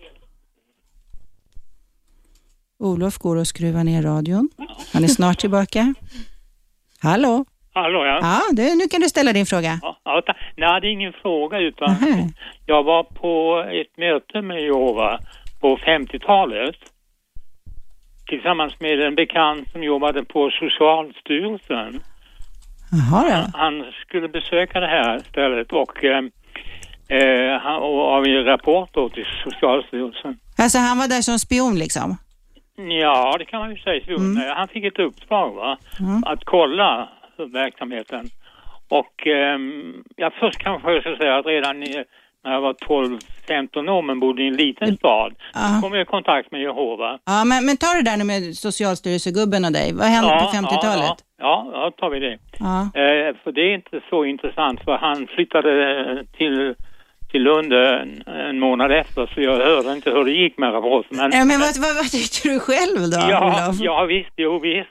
Olof går och skruvar ner radion. Han är snart tillbaka. Hallå? Hallå, ja. Ja, det, nu kan du ställa din fråga. Ja, ja, nej, det är ingen fråga utan Aha. jag var på ett möte med Jehova på femtiotalet tillsammans med en bekant som jobbade på Socialstyrelsen. Jaha, han, han skulle besöka det här stället och, eh, han, och avge rapport då till Socialstyrelsen. Alltså han var där som spion liksom? Ja, det kan man ju säga. Mm. Han fick ett uppdrag va? Mm. Att kolla verksamheten. Och eh, ja, först kanske jag ska säga att redan när jag var tolv femton år men bodde i en liten stad så kom jag i kontakt med Jehova. Ja, men, men ta det där nu med Socialstyrelsegubben och dig. Vad hände ja, på femtiotalet? Ja, ja, ja, tar vi det. Ja. Eh, för det är inte så intressant för han flyttade till till Lund en, en månad efter så jag hörde inte hur det gick med rapporten. Men, ja, men vad, vad, vad tyckte du själv då? Ja, ja visst, jo visst.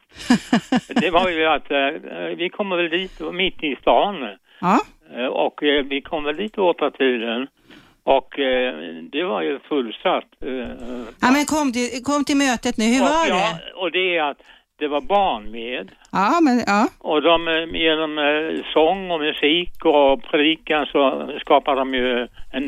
Det var ju att eh, vi kommer väl dit mitt i stan. Ja. Eh, och eh, vi kom väl dit åtta tiden. Och eh, det var ju fullsatt. Eh, ja, men kom till, kom till mötet nu, hur och, var ja, det? Och det är att det var barn med. Ja, men ja. Och de, genom eh, sång och musik och predikan så skapar de ju en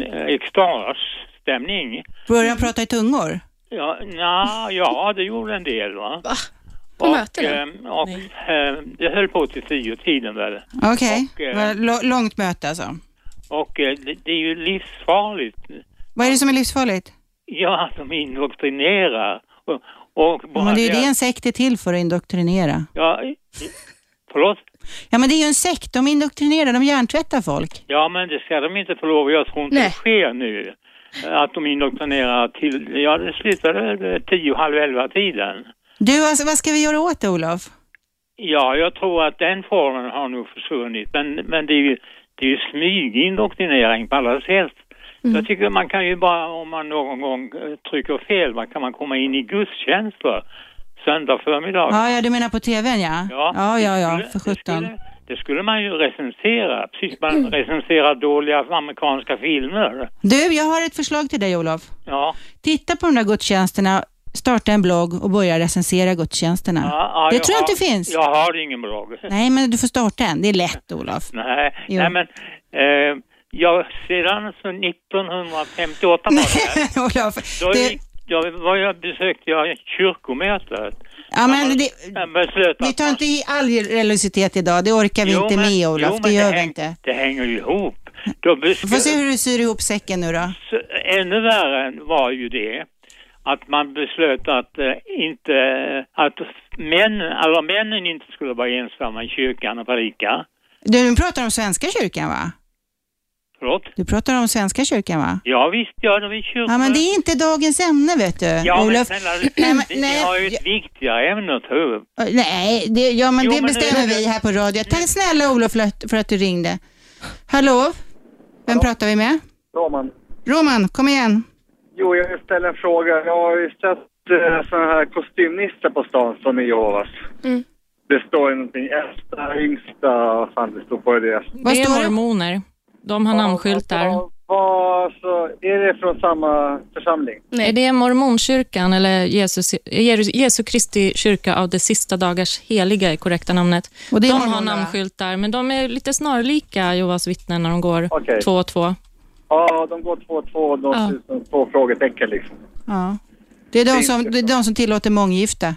extasstämning. Började de prata i tungor? Ja, na, ja, det gjorde en del va. Va? På och, möten? Eh, och eh, det höll på till tio tiden väl. Okej, okay. eh, L- långt möte alltså. Och eh, det, det är ju livsfarligt. Vad är det som är livsfarligt? Ja, de indoktrinerar. Och, och ja, men det är ju det en sekt är till för att indoktrinera. Ja, förlåt? Ja, men det är ju en sekt, de indoktrinerar, de hjärntvättar folk. Ja, men det ska de inte få lov. Jag tror inte Nej. det sker nu. Att de indoktrinerar till, ja det slutade tio, halv elva tiden. Du, alltså, vad ska vi göra åt det, Olof? Ja, jag tror att den formen har nog försvunnit. Men, men det är ju, det är ju smygindoktrinering på alla sätt. Mm. Jag tycker man kan ju bara, om man någon gång trycker fel, man kan man komma in i gudstjänster söndag förmiddag. Ja, ja, du menar på tvn, ja? Ja, ja, ja, ja skulle, för sjutton. Det skulle, det skulle man ju recensera, precis man mm. recenserar dåliga amerikanska filmer. Du, jag har ett förslag till dig, Olof. Ja. Titta på de där gudstjänsterna, starta en blogg och börja recensera gudstjänsterna. Ja, ja, det tror jag har, inte finns. Jag har ingen blogg. Nej, men du får starta en. Det är lätt, Olof. Nej, nej men... Eh, Ja, sedan så nittonhundrafemtioåtta var det. Olof, då det... jag, var jag besökte jag kyrkomötet. Ja, men det, vi tar inte i all religiositet idag. Det orkar vi jo, inte men, med, Olof. Jo, det gör det vi inte. Det hänger ju ihop. Då besk... Får se hur du syr ihop säcken nu då. Så, ännu värre var ju det att man beslöt att äh, inte att män, alla männen inte skulle vara ensamma i kyrkan och predika. Du pratar om Svenska kyrkan, va? Förlåt? Du pratar om Svenska kyrkan, va? Ja, visst gör de i kyrkan. Ja, men det är inte dagens ämne, vet du. Ja, Olof. men snälla, nej, men, vi nej, har ju ett viktigare ämne att ta upp. Nej, det, ja, men Jo, det men bestämmer nu- vi här på radio. Tack snälla Olof för att, för att du ringde. Hallå? Vem pratar vi med? Roman. Roman, kom igen. Jo, jag vill ställa en fråga. Jag har ju sett eh, sådana här kostymnissar på stan som är Jehovas. Mm. Det står ju någonting äldsta, yngsta, vad fan det står på det. Det är mormoner. De har namnskyltar. Vad, så är det från samma församling? Är det mormonkyrkan eller Jesus, Jesu Kristi kyrka av de sista dagars heliga är korrekta namnet? Och det är de har mormoner. namnskyltar, men de är lite snarlika Jehovas vittnen när de går Okej. två och två. Ja, de går två och två och de Ja. ser ut som två frågetecken liksom. Ja. Det är de som, det är de som tillåter månggifta.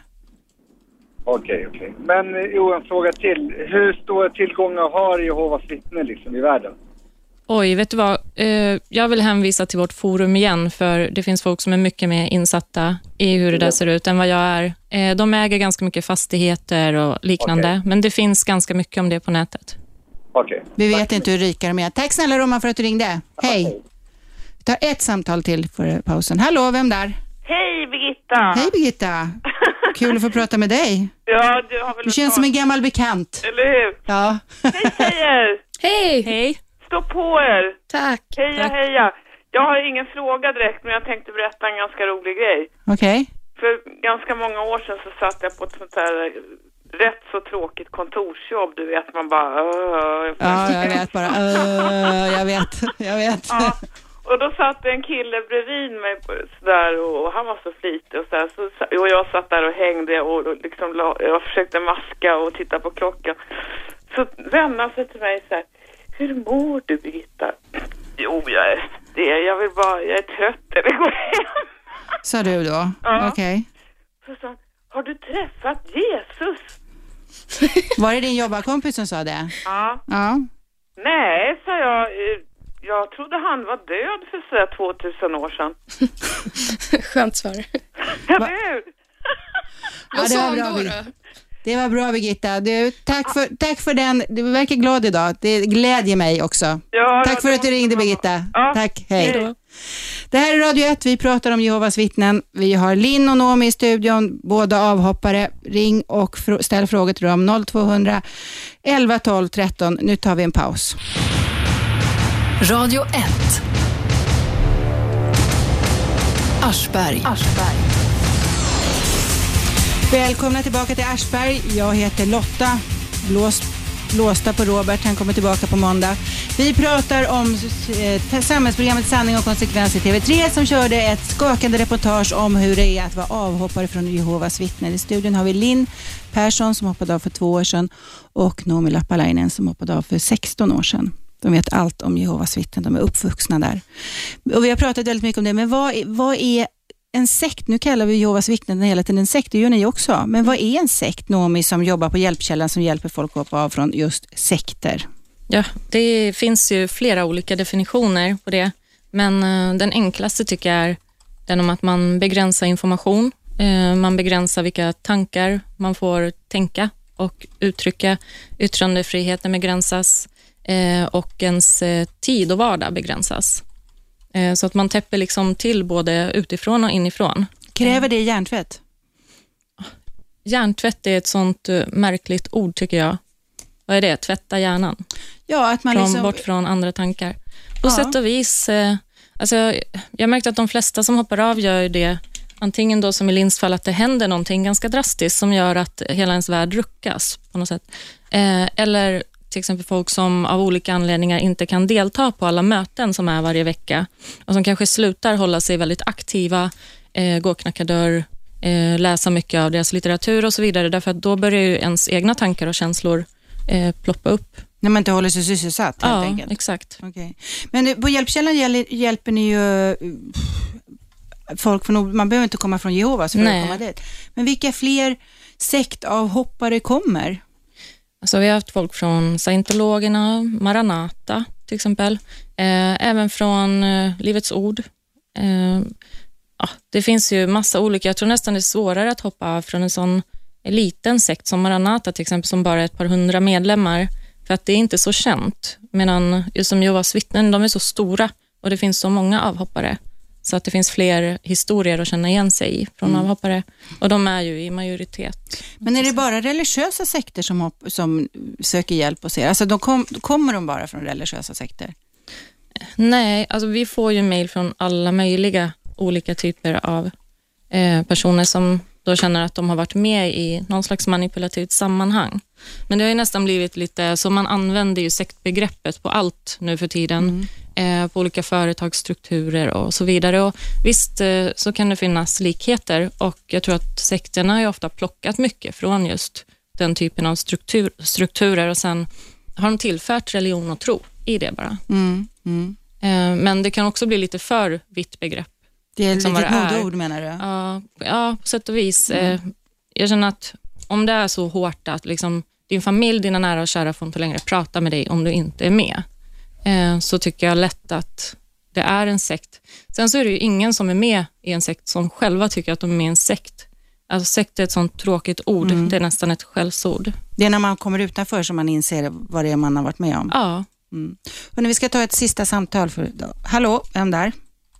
Okej, okej. Men eh, jo, en fråga till. Hur stora tillgångar har Jehovas vittnen liksom i världen? Oj, vet du vad? Eh, jag vill hänvisa till vårt forum igen, för det finns folk som är mycket mer insatta i hur det där ser ut än vad jag är. Eh, de äger ganska mycket fastigheter och liknande, Okej. men det finns ganska mycket om det på nätet. Okej. Vi vet inte hur rika de är. Tack snälla Roman för att du ringde. Hej. Vi tar ett samtal till för pausen. Hallå, vem där? Hej Birgitta! Hej Birgitta. Kul att få prata med dig. Ja, du har väl... Du känns som en gammal bekant. Eller hur? Ja. Hej tjejer! Hej! Hej! Stå på er! Tack! Heja, heja! Jag har ingen fråga direkt, men jag tänkte berätta en ganska rolig grej. Okej. För ganska många år sedan så satt jag på ett sånt här rätt så tråkigt kontorsjobb. Du vet, man bara... Uh, Ja, jag vet bara. Uh, jag vet, jag vet. Ja. Och då satt en kille bredvid mig sådär, och han var så flitig och sådär. Så, och jag satt där och hängde och liksom la, jag försökte maska och titta på klockan. Så vände han sig till mig så här: hur mår du Birgitta? Jo, jag är det. Jag vill bara, jag är trött, jag vill gå hem. Sa du då? Ja. Okej. Så sa han: har du träffat Jesus? Var det din jobbarkompis som sa det? Ja. Ja. Nej, sa jag. Jag trodde han var död för så här tvåtusen år sedan. Skönt svar. Eller hur? Ja, det var bra, Birgitta. Det var bra Birgitta. Du, tack, för, tack för den. Du verkar glad idag. Det glädjer mig också. Ja, tack för att du ringde Birgitta. Ja. Tack, hej. Det här är Radio ett. Vi pratar om Jehovas vittnen. Vi har Linn och Nomi i studion. Båda avhoppare. Ring och fr- ställ frågor till dem. noll tvåhundra elva tolv tretton. Nu tar vi en paus. Radio ett. Aschberg. Aschberg. Välkomna tillbaka till Aschberg. Jag heter Lotta. Blås, blåsta på Robert. Han kommer tillbaka på måndag. Vi pratar om eh, samhällsprogrammet Sanning och konsekvens i T V tre som körde ett skakande reportage om hur det är att vara avhoppare från Jehovas vittnen. I studion har vi Linn Persson som hoppade av för två år sedan och Noomi Lappalainen som hoppade av för sexton år sedan. De vet allt om Jehovas vittnen. De är uppvuxna där. Och vi har pratat väldigt mycket om det. Men vad, vad är en sekt? Nu kallar vi Jehovas vittnen hela tiden en sekt. Det gör ni också. Men vad är en sekt, Noomi, som jobbar på Hjälpkällan som hjälper folk att hoppa av från just sekter? Ja, det finns ju flera olika definitioner på det. Men uh, den enklaste tycker jag är den om att man begränsar information. Uh, man begränsar vilka tankar man får tänka och uttrycka. Yttrandefriheten begränsas. Eh, och ens eh, tid och vardag begränsas. Eh, så att man täpper liksom till både utifrån och inifrån. Kräver det hjärntvätt? Hjärntvätt är ett sånt uh, märkligt ord tycker jag. Vad är det? Tvätta hjärnan. Ja, att man från, liksom... Bort från andra tankar. På Ja. sätt och vis, eh, alltså, jag, jag märkte att de flesta som hoppar av gör det antingen då som i Linns fall att det händer någonting ganska drastiskt som gör att hela ens värld ruckas på något sätt. Eh, eller till exempel folk som av olika anledningar inte kan delta på alla möten som är varje vecka och som kanske slutar hålla sig väldigt aktiva, eh, gå och knacka dörr, eh, läsa mycket av deras litteratur och så vidare, därför att då börjar ju ens egna tankar och känslor eh, ploppa upp. När man inte håller sig sysselsatt helt ja, enkelt. Exakt. Okay. Men på Hjälpkällan hjälper, hjälper ni ju folk från, man behöver inte komma från Jehovas för Nej. att komma dit. Men vilka fler sektavhoppare kommer? Alltså vi har haft folk från scientologerna, Maranata till exempel. Eh, även från eh, Livets ord. Eh, ja, det finns ju massa olika. Jag tror nästan det är svårare att hoppa av från en sån liten sekt som Maranata till exempel, som bara är ett par hundra medlemmar. För att det är inte så känt. Medan just som Jehovas vittnen, de är så stora och det finns så många avhoppare. Så att det finns fler historier att känna igen sig i från mm. avhoppare. Och de är ju i majoritet. Men är det bara religiösa sekter som, hopp, som söker hjälp hos er? Alltså de kom, kommer de bara från religiösa sekter? Nej, alltså vi får ju mejl från alla möjliga olika typer av eh, personer som då känner att de har varit med i någon slags manipulativt sammanhang. Men det har ju nästan blivit lite, så man använder ju sektbegreppet på allt nu för tiden. Mm. Eh, på olika företagsstrukturer och så vidare. Och visst eh, så kan det finnas likheter och jag tror att sekterna har ju ofta plockat mycket från just den typen av struktur, strukturer och sen har de tillfört religion och tro i det bara. Mm. Mm. Eh, men det kan också bli lite för vitt begrepp. Det är liksom lite ett modeord menar du? Ja, ja, på sätt och vis. Mm. Eh, jag känner att om det är så hårt att liksom, din familj, dina nära och kära får inte längre prata med dig om du inte är med. Eh, så tycker jag lätt att det är en sekt. Sen så är det ju ingen som är med i en sekt som själva tycker att de är med i en sekt. Alltså sekt är ett sånt tråkigt ord. Mm. Det är nästan ett skällsord. Det är när man kommer utanför som man inser vad det är man har varit med om. Ja. Mm. Och nu vi ska ta ett sista samtal för idag. Hallå, vem där?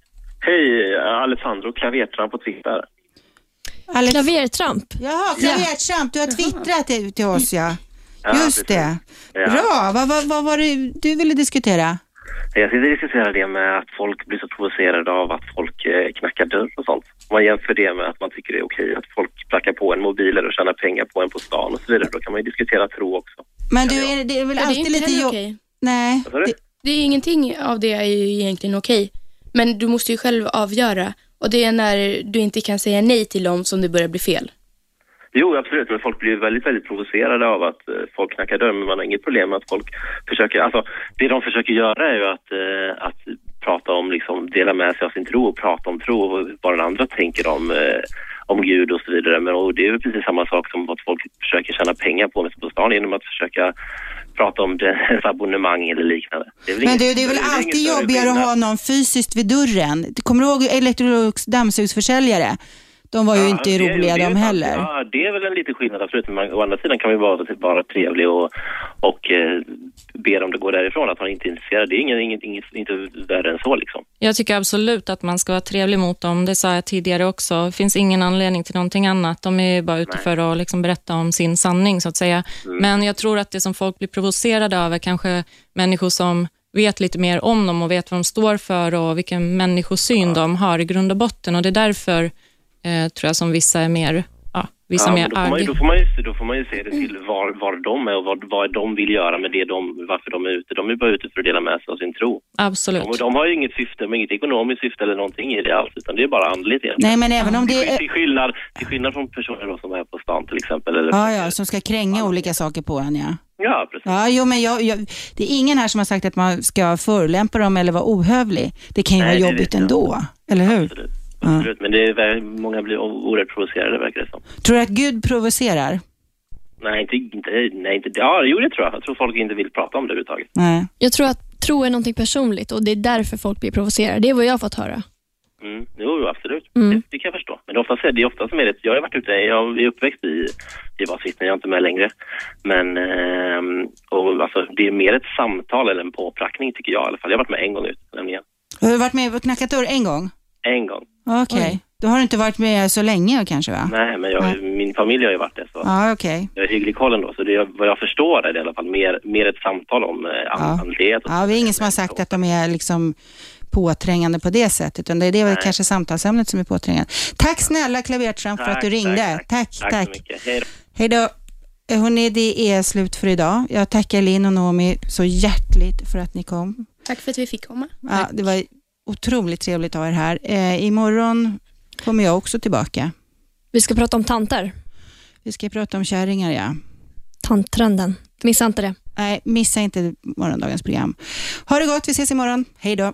Hej, Alessandro Klavertramp på Twitter. Alex... Klavertramp? Jaha, Klavertramp. Du har twittrat till, till oss, ja. Ja, just det. Ja. Bra, vad, vad, vad var det du ville diskutera? Jag sitter och diskuterar det med att folk blir så provocerade av att folk knackar dörr och sånt. Om man jämför det med att man tycker det är okej att folk plackar på en mobiler och tjänar pengar på en på stan och så vidare. Då kan man ju diskutera tro också. Men du, är, det är väl ja, alltid det är lite jobb... okej. Nej. Det, det är ingenting av det är ju egentligen okej. Men du måste ju själv avgöra. Och det är när du inte kan säga nej till dem som det börjar bli fel. Jo, absolut. Men folk blir väldigt, väldigt provocerade av att uh, folk knackar dörr. Men man har inget problem med att folk försöker... Alltså, det de försöker göra är ju att, uh, att prata om, liksom, dela med sig av sin tro och prata om tro och vad den andra tänker om, uh, om Gud och så vidare. Men och det är ju precis samma sak som att folk försöker tjäna pengar på mig på stan genom att försöka prata om det, abonnemang eller liknande. Det men du, det är väl det är alltid jobbigare att ha någon fysiskt vid dörren. Kommer du ihåg Electrolux dammsugsförsäljare? De var ju ja, inte roliga de heller. Ja, det är väl en liten skillnad. Absolut. Men å andra sidan kan vi vara, vara trevlig och, och eh, be om det går därifrån att man inte är intresserad. Det är inget, inget, inget, inte värre än så liksom. Jag tycker absolut att man ska vara trevlig mot dem. Det sa jag tidigare också. Det finns ingen anledning till någonting annat. De är bara ute Nej. för att liksom berätta om sin sanning så att säga. Mm. Men jag tror att det som folk blir provocerade av är kanske människor som vet lite mer om dem och vet vad de står för och vilken människosyn ja. de har i grund och botten. Och det är därför Eh, tror jag som vissa är mer ja, vissa ja, mer då, får man, då, får man ju, då får man ju se det till var, var de är och vad, vad de vill göra med det de, varför de är ute. De är bara ute för att dela med sig av sin tro. Absolut. De, de har ju inget syfte, men inget ekonomiskt syfte eller någonting i det alls, utan det är bara andligt egentligen. Nej, men även om det är... Till skillnad, till skillnad från personer då, som är på stan till exempel. Eller ja, ja, som ska kränga ja. olika saker på en, ja. Ja, precis. Ja, jo, men jag, jag, det är ingen här som har sagt att man ska förolämpa dem eller vara ohövlig. Det kan ju Nej, vara jobbigt ändå, eller hur? Absolut. Absolut, ja. Men det är, många blir oerhört provocerade verkar det som. Tror du att Gud provocerar? Nej, inte, inte, nej, inte ja, jo, det tror jag. Jag tror folk inte vill prata om det överhuvudtaget. Nej. Jag tror att tro är någonting personligt och det är därför folk blir provocerade. Det är vad jag har fått höra. Mm, jo, absolut. Mm. Det, det kan jag förstå. Men det är ofta, det är ofta som är det. Jag har varit ute, jag är uppväxt i Jehovas vittnen, jag är inte med längre. Men eh, och, alltså, det är mer ett samtal eller en påprackning tycker jag i alla fall. Jag har varit med en gång ut, nämligen. Har du varit med och knackat dörr en gång? En gång. Okej. Okay. Då har du inte varit med så länge kanske, va? Nej, men jag, ja. min familj har ju varit det. Så ja, okej. Okay. Jag är hygglig koll ändå, så det, vad jag förstår är det i alla fall mer, mer ett samtal om eh, ja. andlighet. Ja, vi är ingen som har sagt att de är liksom påträngande på det sättet, utan det är det kanske samtalsämnet som är påträngande. Tack snälla Klavertramp för att du ringde. Tack, tack. Tack, tack. Så mycket. Hej då. Hej då. Hörrni, det är slut för idag. Jag tackar Linn och Naomi så hjärtligt för att ni kom. Tack för att vi fick komma. Ja, det var otroligt trevligt att ha er här. Eh, imorgon kommer jag också tillbaka. Vi ska prata om tanter. Vi ska prata om kärringar, ja. Tanttrenden. Missa inte det. Nej, missa inte morgondagens program. Ha det gott, vi ses imorgon. Hej då.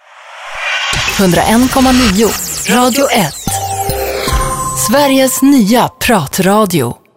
hundraen komma nio Radio ett. Sveriges nya pratradio.